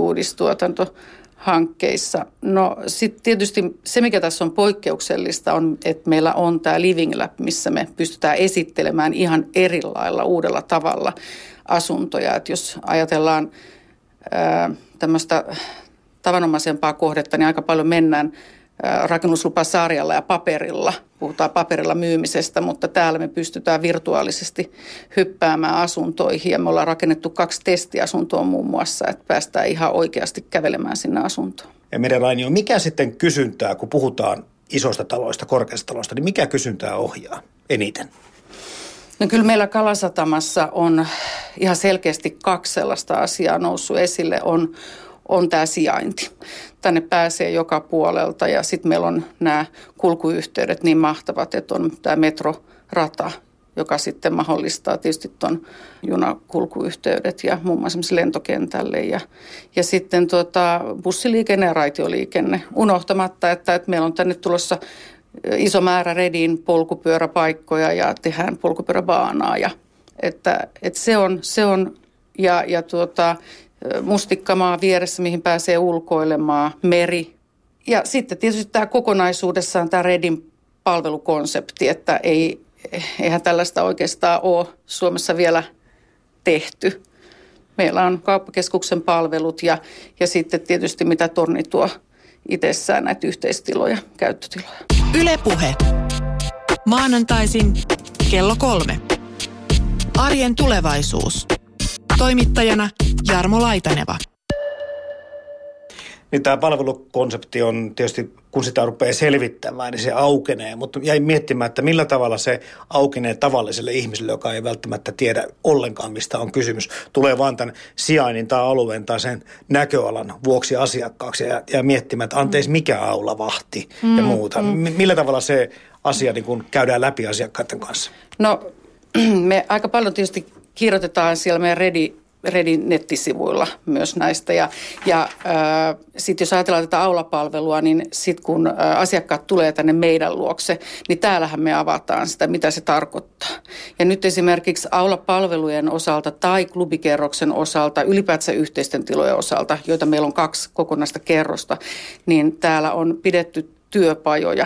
uudistuotantohankkeissa. No sitten tietysti se, mikä tässä on poikkeuksellista, on, että meillä on tämä Living Lab, missä me pystytään esittelemään ihan eri lailla, uudella tavalla asuntoja. Et jos ajatellaan äh, tämmöistä tavanomaisempaa kohdetta, niin aika paljon mennään rakennuslupasarjalla ja paperilla. Puhutaan paperilla myymisestä, mutta täällä me pystytään virtuaalisesti hyppäämään asuntoihin. Ja me ollaan rakennettu kaksi testiasuntoa muun muassa, että päästään ihan oikeasti kävelemään sinne asuntoon. Ja Merja Rainio, mikä sitten kysyntää, kun puhutaan isoista taloista, korkeista taloista, niin mikä kysyntää ohjaa eniten? No kyllä meillä Kalasatamassa on ihan selkeästi kaksi sellaista asiaa noussut esille. On on tämä sijainti. Tänne pääsee joka puolelta ja sitten meillä on nämä kulkuyhteydet niin mahtavat, että on tämä metrorata, joka sitten mahdollistaa tietysti tuon junakulkuyhteydet ja muun muassa lentokentälle ja, ja sitten tuota, bussiliikenne ja raitioliikenne. Unohtamatta, että, että meillä on tänne tulossa iso määrä Redin polkupyöräpaikkoja ja tehdään polkupyöräbaanaa ja että, että se on, se on ja, ja tuota, mustikkamaa vieressä, mihin pääsee ulkoilemaan, meri. Ja sitten tietysti tämä kokonaisuudessaan tämä Redin palvelukonsepti, että ei, eihän tällaista oikeastaan ole Suomessa vielä tehty. Meillä on kauppakeskuksen palvelut ja, ja sitten tietysti mitä torni tuo itsessään näitä yhteistiloja, käyttötiloja. Yle Puhe. Maanantaisin kello kolme. Arjen tulevaisuus. Toimittajana Jarmo Laitaneva. Niin tämä palvelukonsepti on tietysti, kun sitä rupeaa selvittämään, niin se aukenee. Mutta jäin miettimään, että millä tavalla se aukenee tavalliselle ihmiselle, joka ei välttämättä tiedä ollenkaan, mistä on kysymys. Tulee vaan tämän sijainnin tai alueen tai sen näköalan vuoksi asiakkaaksi ja, ja miettimään, että anteeksi, mikä aulavahti mm, ja muuta. Mm. Millä tavalla se asia niin kun käydään läpi asiakkaiden kanssa? No me aika paljon tietysti kirjoitetaan siellä meidän Redi Redin nettisivuilla myös näistä. Ja, ja äh, sitten jos ajatellaan tätä aulapalvelua, niin sitten kun äh, asiakkaat tulee tänne meidän luokse, niin täällähän me avataan sitä, mitä se tarkoittaa. Ja nyt esimerkiksi aulapalvelujen osalta tai klubikerroksen osalta, ylipäätään yhteisten tilojen osalta, joita meillä on kaksi kokonaista kerrosta, niin täällä on pidetty työpajoja,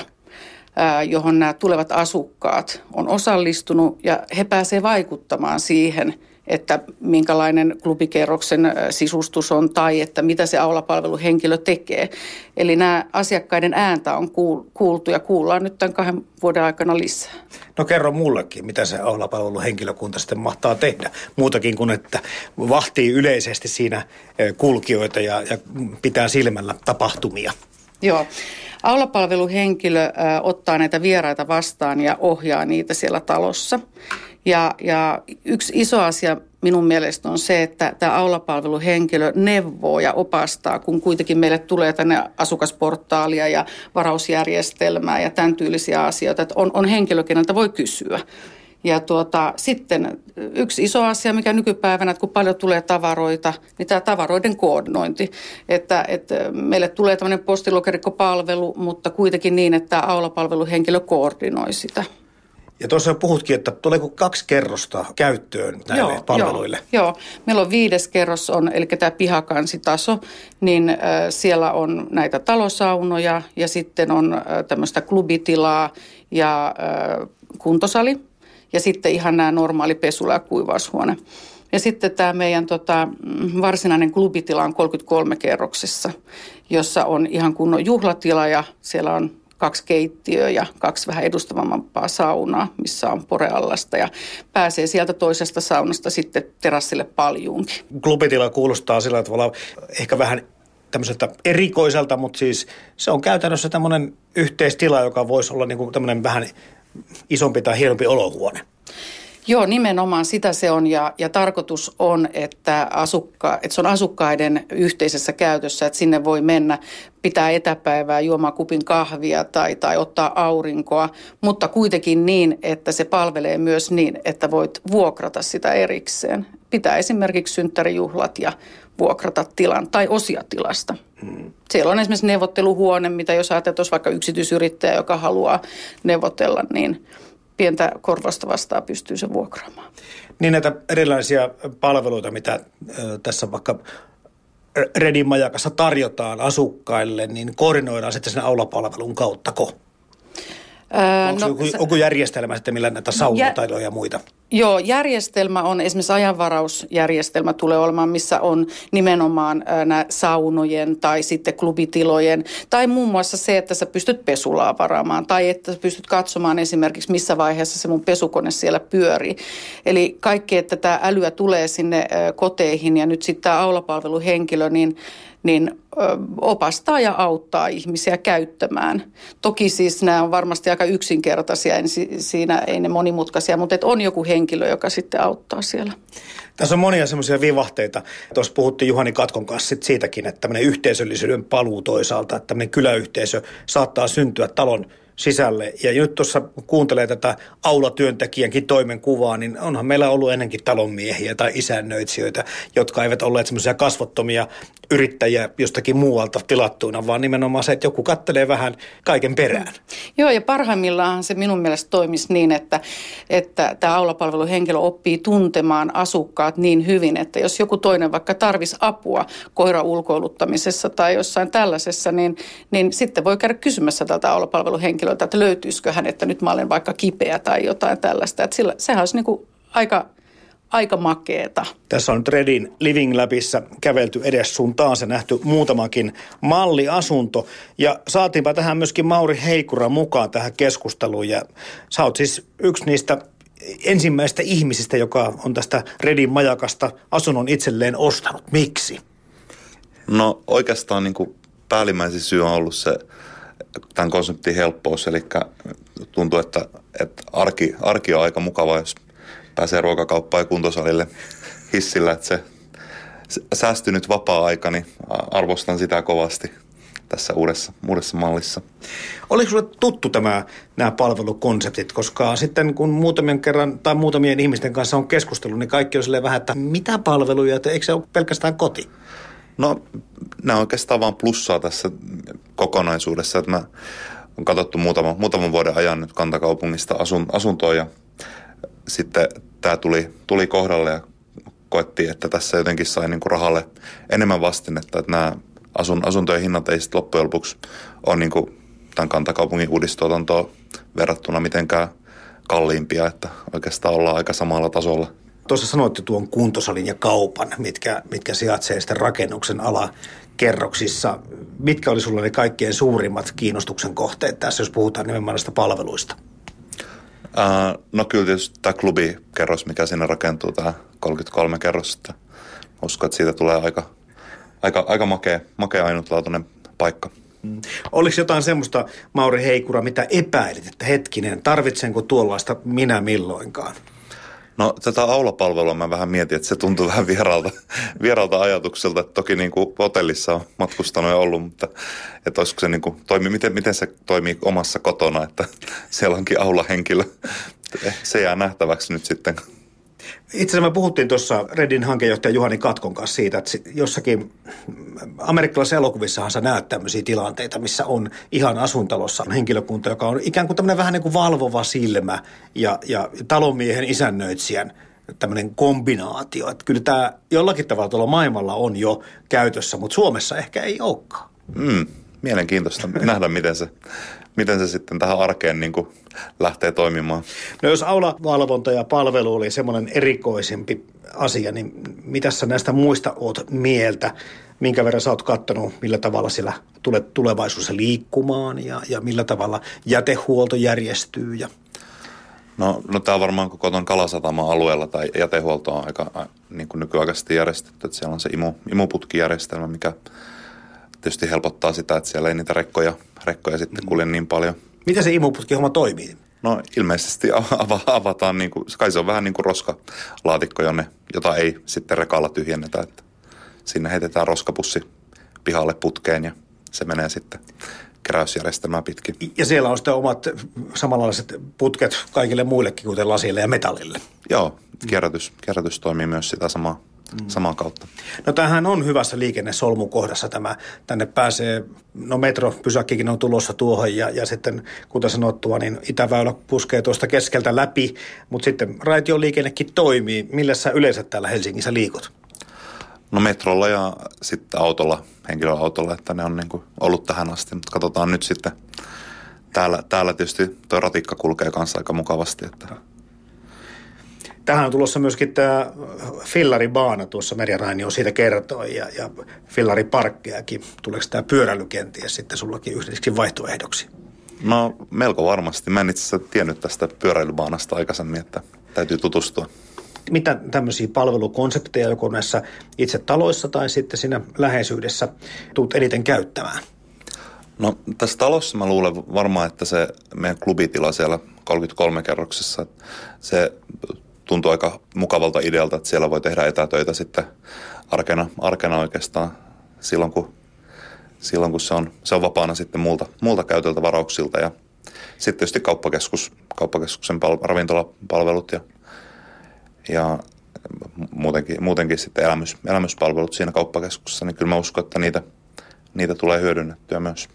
äh, johon nämä tulevat asukkaat on osallistunut ja he pääsevät vaikuttamaan siihen, että minkälainen klubikerroksen sisustus on tai että mitä se aulapalveluhenkilö tekee. Eli nämä asiakkaiden ääntä on kuultu ja kuullaan nyt tämän kahden vuoden aikana lisää. No kerro mullekin, mitä se aulapalveluhenkilökunta sitten mahtaa tehdä. Muutakin kuin, että vahtii yleisesti siinä kulkijoita ja, ja pitää silmällä tapahtumia. Joo. Aulapalveluhenkilö ö, ottaa näitä vieraita vastaan ja ohjaa niitä siellä talossa. Ja, ja yksi iso asia minun mielestä on se, että tämä aulapalveluhenkilö neuvoo ja opastaa, kun kuitenkin meille tulee tänne asukasportaalia ja varausjärjestelmää ja tämän tyylisiä asioita, että on, on henkilö, keneltä voi kysyä. Ja tuota, sitten yksi iso asia, mikä nykypäivänä, että kun paljon tulee tavaroita, niin tämä tavaroiden koordinointi. Että, että meille tulee tämmöinen postilokerikkopalvelu, mutta kuitenkin niin, että tämä aulapalveluhenkilö koordinoi sitä. Ja tuossa puhutkin, että tuleeko kaksi kerrosta käyttöön näille joo, palveluille? Joo, joo, meillä on viides kerros, on, eli tämä pihakansitaso, niin äh, siellä on näitä talosaunoja ja sitten on äh, tämmöistä klubitilaa ja äh, kuntosali ja sitten ihan nämä normaali pesula- ja kuivaushuone. Ja sitten tämä meidän tota, varsinainen klubitila on kolmekymmentäkolme kerroksessa, jossa on ihan kunnon juhlatila ja siellä on kaksi keittiöä ja kaksi vähän edustavampaa saunaa, missä on poreallasta ja pääsee sieltä toisesta saunasta sitten terassille paljuunkin. Klubitila kuulostaa sillä tavalla ehkä vähän tämmöiseltä erikoiselta, mutta siis se on käytännössä tämmöinen yhteistila, joka voisi olla niin kuin tämmöinen vähän isompi tai hienompi olohuone. Joo, nimenomaan sitä se on ja, ja tarkoitus on, että, asukka, että se on asukkaiden yhteisessä käytössä, että sinne voi mennä, pitää etäpäivää, juomaan kupin kahvia tai, tai ottaa aurinkoa, mutta kuitenkin niin, että se palvelee myös niin, että voit vuokrata sitä erikseen. Pitää esimerkiksi synttärijuhlat ja vuokrata tilan tai osia tilasta. Hmm. Siellä on esimerkiksi neuvotteluhuone, mitä jos ajatellaan, että olisi vaikka yksityisyrittäjä, joka haluaa neuvotella, niin pientä korvasta vastaan pystyy se vuokraamaan. Niin näitä erilaisia palveluita, mitä äh, tässä vaikka Redin majakassa tarjotaan asukkaille, niin koordinoidaan sitten sen aulapalvelun kauttako? Öö, onko, no, joku, onko järjestelmä sitten, millä näitä saunataidoja ja muita? Joo, järjestelmä on esimerkiksi ajanvarausjärjestelmä tulee olemaan, missä on nimenomaan ä, nämä saunojen tai sitten klubitilojen tai muun muassa se, että sä pystyt pesulaa varaamaan tai että sä pystyt katsomaan esimerkiksi missä vaiheessa se mun pesukone siellä pyörii. Eli kaikki, että tämä älyä tulee sinne ä, koteihin ja nyt sitten tämä aulapalveluhenkilö, niin niin opastaa ja auttaa ihmisiä käyttämään. Toki siis nämä on varmasti aika yksinkertaisia, en siinä ei ne monimutkaisia, mutta on joku henkilö, joka sitten auttaa siellä. Tässä on monia semmoisia vivahteita. Tuossa puhuttiin Juhani Katkon kanssa siitäkin, että tämmöinen yhteisöllisyyden paluu toisaalta, että tämmöinen kyläyhteisö saattaa syntyä talon sisälle. Ja nyt tuossa kuuntelee tätä aulatyöntekijänkin toimenkuvaa, niin onhan meillä ollut ennenkin talonmiehiä tai isännöitsijöitä, jotka eivät olleet semmoisia kasvottomia yrittäjiä jostakin muualta tilattuina, vaan nimenomaan se, että joku kattelee vähän kaiken perään. Joo, ja parhaimmillaan se minun mielestä toimisi niin, että, että tämä aulapalveluhenkilö oppii tuntemaan asukkaat asiakkaat niin hyvin, että jos joku toinen vaikka tarvisi apua koiran ulkoiluttamisessa tai jossain tällaisessa, niin, niin sitten voi käydä kysymässä tältä aulapalveluhenkilöltä, että löytyisikö hän, että nyt mä olen vaikka kipeä tai jotain tällaista. Että sillä, sehän olisi niin kuin aika... Aika makeeta. Tässä on nyt Redin Living Labissa kävelty edes sun taas ja nähty muutamakin malliasunto. Ja saatiinpa tähän myöskin Mauri Heikura mukaan tähän keskusteluun. Ja sä oot siis yksi niistä ensimmäistä ihmisistä, joka on tästä Redin majakasta asunnon itselleen ostanut. Miksi? No oikeastaan niin kuin päällimmäisin syy on ollut se tämän konseptin helppous. Eli tuntuu, että, että arki, arki on aika mukava, jos pääsee ruokakauppaan ja kuntosalille hissillä, että se säästynyt vapaa-aika, niin arvostan sitä kovasti tässä uudessa, uudessa mallissa. Oliko sulle tuttu tämä, nämä palvelukonseptit, koska sitten kun muutamien kerran tai muutamien ihmisten kanssa on keskustellut, niin kaikki on silleen vähän, että mitä palveluja, että eikö se ole pelkästään koti? No, nämä on oikeastaan vaan plussaa tässä kokonaisuudessa, että mä on katsottu muutaman, muutaman vuoden ajan nyt kantakaupungista asun, asuntoa ja sitten tämä tuli, tuli kohdalle ja koettiin, että tässä jotenkin sai niinku rahalle enemmän vastinetta, että nämä asun, asuntojen hinnat ei sitten loppujen lopuksi ole niinku tämän kantakaupungin uudistuotantoon verrattuna mitenkään kalliimpia, että oikeastaan ollaan aika samalla tasolla. Tuossa sanoitte tuon kuntosalin ja kaupan, mitkä, mitkä sijaitsee sitten rakennuksen alakerroksissa. Mitkä oli sulla ne kaikkein suurimmat kiinnostuksen kohteet tässä, jos puhutaan nimenomaan näistä palveluista? Uh, no kyllä tietysti tämä klubikerros, mikä siinä rakentuu, tämä kolmekymmentäkolme kerros, että uskon, että siitä tulee aika, aika, aika makea, makea ainutlaatuinen paikka. Mm. Oliko jotain semmoista, Mauri Heikura, mitä epäilit, että hetkinen, tarvitsenko tuollaista minä milloinkaan? No tätä aulapalvelua mä vähän mietin, että se tuntuu vähän vieraalta, vieraalta ajatukselta. Että toki niin kuin hotellissa on matkustanut ja ollut, mutta että olisiko se niin kuin, toimi, miten, miten se toimii omassa kotona, että siellä onkin aulahenkilö. Se jää nähtäväksi nyt sitten. Itse asiassa me puhuttiin tuossa Redin hankejohtaja Juhani Katkon kanssa siitä, että jossakin amerikkalaisissa elokuvissahan sä näet tämmöisiä tilanteita, missä on ihan asuintalossa henkilökunta, joka on ikään kuin tämmöinen vähän niin kuin valvova silmä ja, ja talonmiehen isännöitsijän tämmöinen kombinaatio. Että kyllä tämä jollakin tavalla tuolla maailmalla on jo käytössä, mutta Suomessa ehkä ei olekaan. Mm, mielenkiintoista nähdä, miten se, miten se sitten tähän arkeen niin kuin lähtee toimimaan. No jos aulavalvonta ja palvelu oli semmoinen erikoisempi asia, niin mitä sä näistä muista oot mieltä? Minkä verran sä oot kattonut, millä tavalla siellä tulee tulevaisuudessa liikkumaan ja, ja millä tavalla jätehuolto järjestyy? Ja... No, no tämä on varmaan koko tuon Kalasataman alueella tai jätehuolto on aika niin kuin nykyaikaisesti järjestetty. Että siellä on se imu, imuputkijärjestelmä, mikä tietysti helpottaa sitä, että siellä ei niitä rekkoja, rekkoja sitten kulje niin paljon. Miten se imuputkihomma toimii? No ilmeisesti ava, avataan, niin kuin, kai se on vähän niin kuin roskalaatikko, jonne, jota ei sitten rekalla tyhjennetä. Että sinne heitetään roskapussi pihalle putkeen ja se menee sitten keräysjärjestelmää pitkin. Ja siellä on sitten omat samanlaiset putket kaikille muillekin, kuten lasille ja metallille. Joo, kierrätys, kierrätys toimii myös sitä samaa. Mm. Samaa kautta. No tämähän on hyvässä liikennesolmukohdassa tämä. Tänne pääsee, no metropysäkkikin on tulossa tuohon ja, ja sitten kuten sanottua, niin itäväylä puskee tuosta keskeltä läpi, mutta sitten raitioliikennekin toimii. Millä sä yleensä täällä Helsingissä liikut? No metrolla ja sitten autolla, henkilöautolla, että ne on niin kuin ollut tähän asti, mutta katsotaan nyt sitten. Täällä, täällä tietysti tuo ratikka kulkee kanssa aika mukavasti, että... Tähän on tulossa myöskin tämä Fillaribaana tuossa Merja Rainio siitä kertoi ja, ja Fillariparkkejakin. Tuleeko tämä pyöräily kenties sitten sullakin yhdeksi vaihtoehdoksi? No melko varmasti. Mä en itse asiassa tiennyt tästä pyöräilybaanasta aikaisemmin, että täytyy tutustua. Mitä tämmöisiä palvelukonsepteja joko näissä itse taloissa tai sitten siinä läheisyydessä tuut eniten käyttämään? No tässä talossa mä luulen varmaan, että se meidän klubitila siellä kolmekymmentäkolme kerroksessa, se tuntuu aika mukavalta idealta, että siellä voi tehdä etätöitä sitten arkena, arkena oikeastaan silloin, kun, silloin, kun se, on, se on vapaana sitten muulta, muulta käytöltä varauksilta. Ja sitten tietysti kauppakeskus, kauppakeskuksen pal- ravintolapalvelut ja, ja muutenkin, muutenkin sitten elämys, elämyspalvelut siinä kauppakeskuksessa, niin kyllä mä uskon, että niitä, niitä tulee hyödynnettyä myös.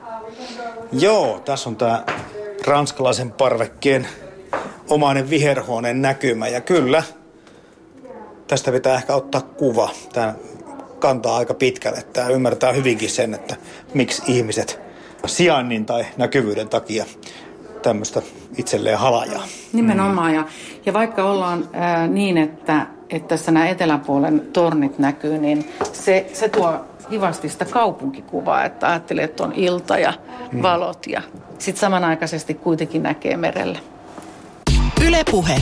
Joo, tässä on tämä ranskalaisen parvekkeen omainen viherhuoneen näkymä ja kyllä tästä pitää ehkä ottaa kuva. Tämä kantaa aika pitkälle. Tämä ymmärtää hyvinkin sen, että miksi ihmiset sijainnin tai näkyvyyden takia tämmöistä itselleen halajaa. Nimenomaan. Ja, ja vaikka ollaan ää, niin, että, että tässä nämä eteläpuolen tornit näkyy, niin se, se tuo kivasti sitä kaupunkikuvaa, että ajattelee, että on ilta ja valot ja sitten samanaikaisesti kuitenkin näkee merellä. Yle Puhe.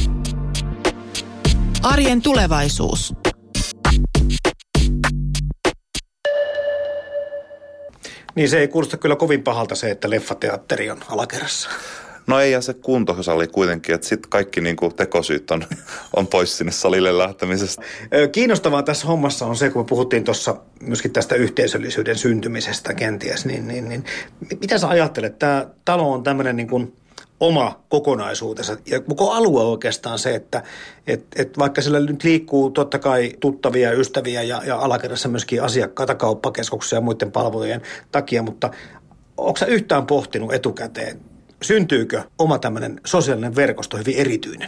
Arjen tulevaisuus. Niin se ei kuulosta kyllä kovin pahalta se, että leffateatteri on alakerrassa. No ei, ja se kuntosali kuitenkin, että sitten kaikki niinku tekosyyt on, on pois sinne salille lähtemisestä. Kiinnostavaa tässä hommassa on se, kun me puhuttiin tuossa myöskin tästä yhteisöllisyyden syntymisestä kenties, niin, niin, niin mitä sä ajattelet? Tämä talo on tämmöinen niin kuin oma kokonaisuutensa ja koko alue oikeastaan se, että et, et vaikka siellä nyt liikkuu totta kai tuttavia, ystäviä ja, ja alakerrassa myöskin asiakkaita kauppakeskuksia ja muiden palvelujen takia, mutta onko sä yhtään pohtinut etukäteen, syntyykö oma tämmöinen sosiaalinen verkosto hyvin erityinen?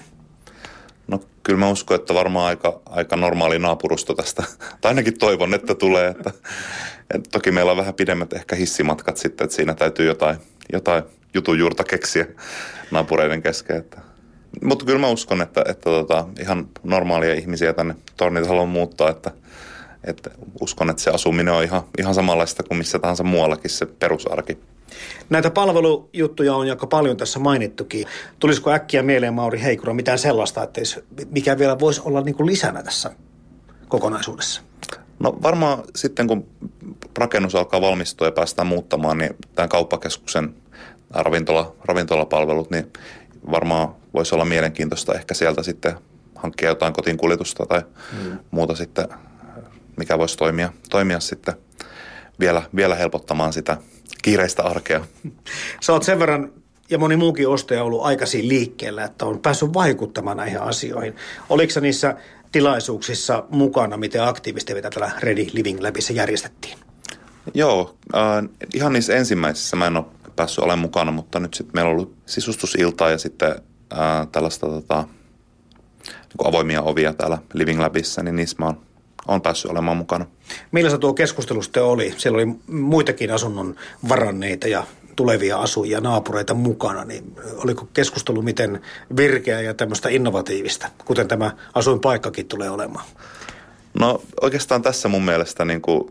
No kyllä mä uskon, että varmaan aika, aika normaali naapurusto tästä, tai ainakin toivon, että tulee. Että, että toki meillä on vähän pidemmät ehkä hissimatkat sitten, että siinä täytyy jotain, jotain jutun juurta keksiä naapureiden kesken. Että. Mutta kyllä mä uskon, että, että tota, ihan normaalia ihmisiä tänne Tornitaloon muuttaa, että, että uskon, että se asuminen on ihan, ihan samanlaista kuin missä tahansa muuallakin se perusarki. Näitä palvelujuttuja on aika paljon tässä mainittukin. Tulisiko äkkiä mieleen, Mauri Heikura, mitään sellaista, että mikä vielä voisi olla niin kuin lisänä tässä kokonaisuudessa? No varmaan sitten, kun rakennus alkaa valmistua ja päästään muuttamaan, niin tämän kauppakeskuksen ravintola, ravintolapalvelut, niin varmaan voisi olla mielenkiintoista ehkä sieltä sitten hankkia jotain kotiinkuljetusta tai mm. muuta sitten, mikä voisi toimia, toimia sitten vielä, vielä helpottamaan sitä kiireistä arkea. Sä oot sen verran ja moni muukin ostaja ollut aikaisin liikkeellä, että on päässyt vaikuttamaan näihin asioihin. Oliko sä niissä tilaisuuksissa mukana, miten aktiivisesti mitä tällä Ready Living Labissa järjestettiin? Joo, äh, ihan niissä ensimmäisissä mä en ole päässyt olemaan mukana, mutta nyt sitten meillä on ollut sisustusiltaa ja sitten äh, tällaista tota, niin kuin avoimia ovia täällä Living Labissa, niin niissä mä oon, oon päässyt olemaan mukana. Millaista tuo keskustelu sitten oli? Siellä oli muitakin asunnon varanneita ja tulevia asujia, naapureita mukana, niin oliko keskustelu miten virkeä ja tämmöistä innovatiivista, kuten tämä asuinpaikkakin tulee olemaan? No oikeastaan tässä mun mielestä niin kuin,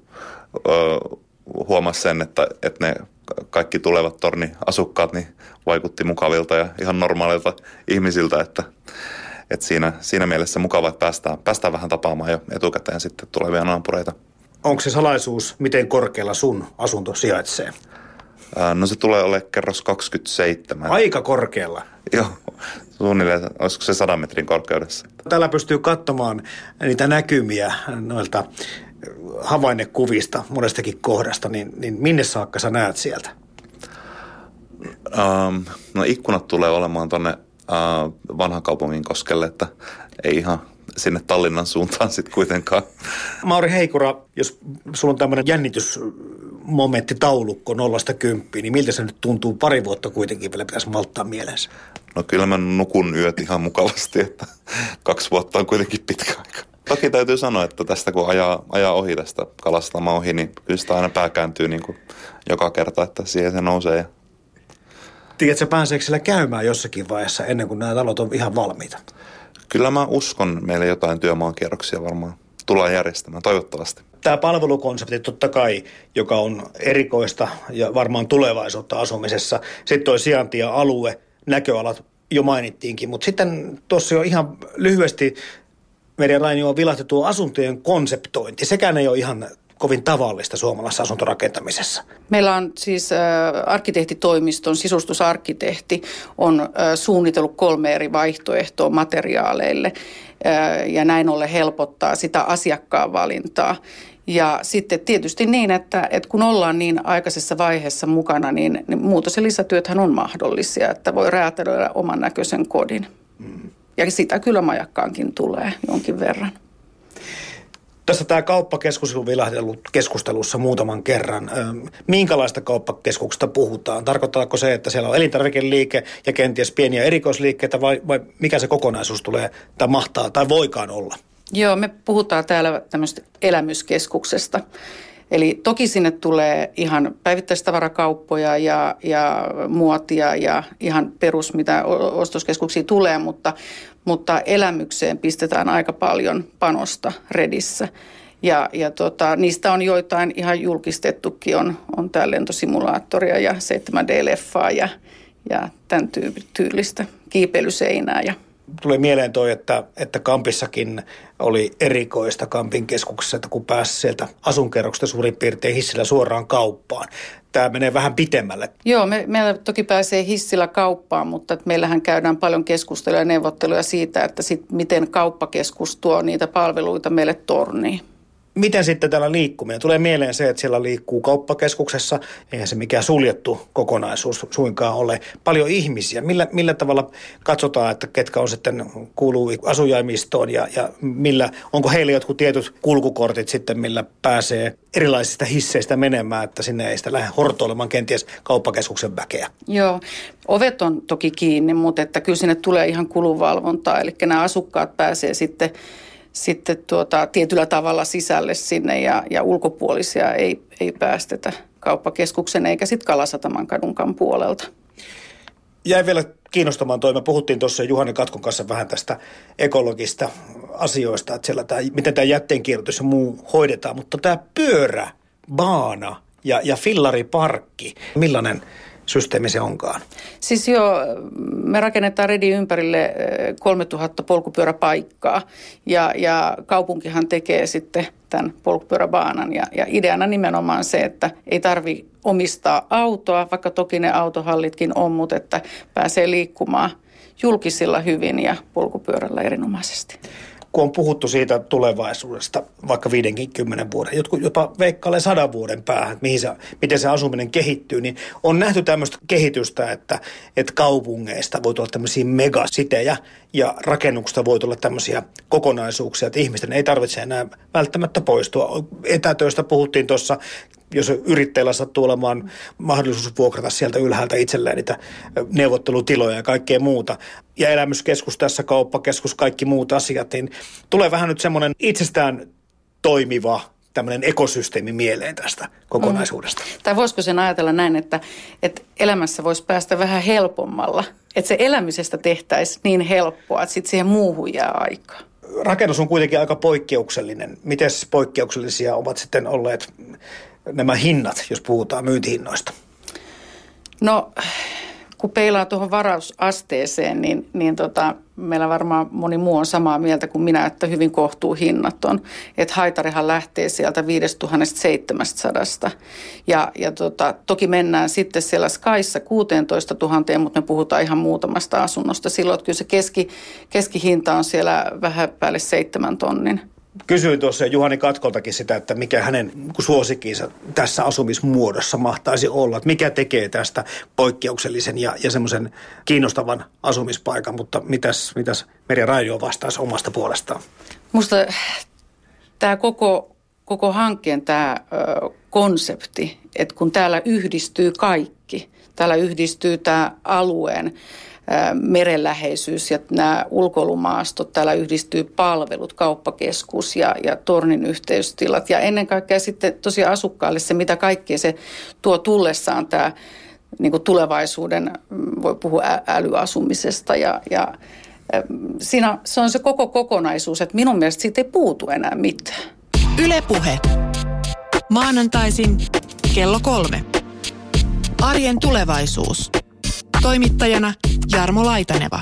ö, huomasi sen, että, että ne kaikki tulevat torniasukkaat niin vaikutti mukavilta ja ihan normaalilta ihmisiltä, että, että siinä, siinä mielessä mukava, että päästään, päästään vähän tapaamaan jo etukäteen sitten tulevia naapureita. Onko se salaisuus, miten korkealla sun asunto sijaitsee? No se tulee olemaan kerros kaksikymmentäseitsemän. Aika korkealla. Joo, suunnilleen, olisiko se sadan metrin korkeudessa. Täällä pystyy katsomaan niitä näkymiä noilta havainnekuvista monestakin kohdasta, niin, niin minne saakka sä näet sieltä? Um, no ikkunat tulee olemaan tuonne uh, vanhan kaupungin koskelle, että ei ihan sinne Tallinnan suuntaan sitten kuitenkaan. Mauri Heikura, jos sulla on tämmöinen jännitysmomenttitaulukko nollasta kymppiin, niin miltä se nyt tuntuu? Pari vuotta kuitenkin vielä pitäisi malttaa mielensä. No kyllä mä nukun yöt ihan mukavasti, että kaksi vuotta on kuitenkin pitkä aika. Toki täytyy sanoa, että tästä kun ajaa, ajaa ohi tästä kalastama ohi, niin kyllä sitä aina pää kääntyy niin kuin joka kerta, että siihen se nousee. Tiedätkö, pääseekö siellä käymään jossakin vaiheessa ennen kuin nämä talot on ihan valmiita? Kyllä mä uskon, meille jotain työmaakierroksia varmaan tullaan järjestämään, toivottavasti. Tämä palvelukonsepti totta kai, joka on erikoista ja varmaan tulevaisuutta asumisessa. Sitten toi sijainti ja alue, näköalat jo mainittiinkin, mutta sitten tuossa jo ihan lyhyesti meidän Rainio on vilahti tuo asuntojen konseptointi. Sekään ei ole ihan kovin tavallista suomalaisessa asuntorakentamisessa. Meillä on siis äh, arkkitehtitoimiston sisustusarkkitehti on äh, suunnitellut kolme eri vaihtoehtoa materiaaleille äh, ja näin ollen helpottaa sitä asiakkaan valintaa. Ja sitten tietysti niin, että, että kun ollaan niin aikaisessa vaiheessa mukana, niin, niin muutos- ja lisätyöthän on mahdollisia, että voi räätälöidä oman näköisen kodin. Mm. Ja sitä kyllä majakkaankin tulee jonkin verran. Tässä tämä kauppakeskus on vilahdellut keskustelussa muutaman kerran. Minkälaista kauppakeskuksesta puhutaan? Tarkoittaako se, että siellä on elintarvikeliike ja kenties pieniä erikoisliikkeitä vai, vai mikä se kokonaisuus tulee tai mahtaa tai voikaan olla? Joo, me puhutaan täällä tämmöistä elämyskeskuksesta. Eli toki sinne tulee ihan päivittäistavarakauppoja ja, ja muotia ja ihan perus, mitä ostoskeskuksiin tulee, mutta, mutta elämykseen pistetään aika paljon panosta Redissä. Ja, ja tota, niistä on joitain ihan julkistettukin, on, on tämä lentosimulaattoria ja seitsemän D-leffaa ja, ja tämän tyylistä kiipeilyseinää. Ja. Tulee mieleen toi, että, että Kampissakin oli erikoista Kampin keskuksessa, että kun pääsi sieltä asunkerroksesta suurin piirtein hissillä suoraan kauppaan. Tämä menee vähän pitemmälle. Joo, me, meillä toki pääsee hissillä kauppaan, mutta meillähän käydään paljon keskusteluja ja neuvotteluja siitä, että sit miten kauppakeskus tuo niitä palveluita meille torniin. Miten sitten täällä liikkuminen? Tulee mieleen se, että siellä liikkuu kauppakeskuksessa, eihän se mikään suljettu kokonaisuus suinkaan ole. Paljon ihmisiä. Millä, millä tavalla katsotaan, että ketkä on sitten kuuluu asujaimistoon ja, ja millä, onko heillä jotkut tietyt kulkukortit sitten, millä pääsee erilaisista hisseistä menemään, että sinne ei sitä lähde hortoilemaan kenties kauppakeskuksen väkeä? Joo, ovet on toki kiinni, mutta että kyllä sinne tulee ihan kulunvalvontaa, eli nämä asukkaat pääsee sitten sitten tuota, tietyllä tavalla sisälle sinne ja, ja ulkopuolisia ei, ei päästetä kauppakeskuksen eikä sitten Kalasataman kadunkaan puolelta. Jäi vielä kiinnostamaan toi. Me puhuttiin tuossa Juhani Katkon kanssa vähän tästä ekologista asioista, että siellä tämä, miten tämä jätteenkierrätys ja muu hoidetaan, mutta tämä pyörä, baana ja, ja fillariparkki, millainen systeemi se onkaan? Siis joo, me rakennetaan Redin ympärille kolmetuhatta polkupyöräpaikkaa ja, ja kaupunkihan tekee sitten tämän polkupyöräbaanan ja, ja ideana nimenomaan se, että ei tarvitse omistaa autoa, vaikka toki ne autohallitkin on, mutta että pääsee liikkumaan julkisilla hyvin ja polkupyörällä erinomaisesti. Kun on puhuttu siitä tulevaisuudesta vaikka viidenkymmenen vuoden, jotkut jopa veikkailee sadan vuoden päähän, mihin se, miten se asuminen kehittyy, niin on nähty tämmöistä kehitystä, että, että kaupungeista voi tulla tämmöisiä megasitejä ja rakennuksista voi tulla tämmöisiä kokonaisuuksia, että ihmisten ei tarvitse enää välttämättä poistua. Etätöistä puhuttiin tuossa, jos yrittäjällä sattuu olemaan mahdollisuus vuokrata sieltä ylhäältä itselleen niitä neuvottelutiloja ja kaikkea muuta. Ja elämyskeskus tässä, kauppakeskus, kaikki muut asiat, niin tulee vähän nyt semmoinen itsestään toimiva tämmöinen ekosysteemi mieleen tästä kokonaisuudesta. Mm. Tai voisiko sen ajatella näin, että, että elämässä voisi päästä vähän helpommalla, että se elämisestä tehtäisiin niin helppoa, että sitten siihen muuhun jää aikaa. Rakennus on kuitenkin aika poikkeuksellinen. Miten poikkeuksellisia ovat sitten olleet nämä hinnat, jos puhutaan myyntihinnoista? No, kun peilaa tuohon varausasteeseen, niin, niin tota, meillä varmaan moni muu on samaa mieltä kuin minä, että hyvin kohtuuhinnat on. Että haitarihan lähtee sieltä viisituhatta seitsemänsataa ja, ja tota, toki mennään sitten siellä Skyssa kuusitoista tuhatta, mutta me puhutaan ihan muutamasta asunnosta. Silloin että kyllä se keski, keskihinta on siellä vähän päälle seitsemän tonnin. Kysyin tuossa Juhani Katkoltakin sitä, että mikä hänen suosikkinsa tässä asumismuodossa mahtaisi olla. Että mikä tekee tästä poikkeuksellisen ja, ja semmoisen kiinnostavan asumispaikan. Mutta mitäs, mitäs Merja Rainio vastaisi omasta puolestaan? Musta tämä koko, koko hankkeen tämä ö, konsepti, että kun täällä yhdistyy kaikki. Täällä yhdistyy tämä alueen merenläheisyys ja nämä ulkoilumaastot, täällä yhdistyy palvelut, kauppakeskus ja, ja tornin yhteystilat ja ennen kaikkea sitten tosiaan asukkaille se, mitä kaikkea se tuo tullessaan tämä niin kuin tulevaisuuden, voi puhua älyasumisesta ja, ja siinä se on se koko kokonaisuus, että minun mielestä siitä ei puutu enää mitään. Yle Puhe. Maanantaisin kello kolme. Arjen tulevaisuus. Toimittajana Jarmo Laitaneva.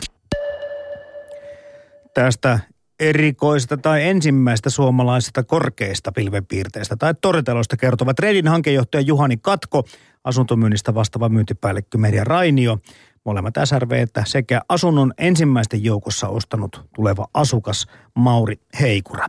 Tästä erikoista tai ensimmäistä suomalaisesta korkeista pilvenpiirteistä tai tornitaloista kertovat Redin hankejohtaja Juhani Katko, asuntomyynnistä vastaava myyntipäällikkö Merja Rainio, molemmat S R V:tä sekä asunnon ensimmäisten joukossa ostanut tuleva asukas Mauri Heikura.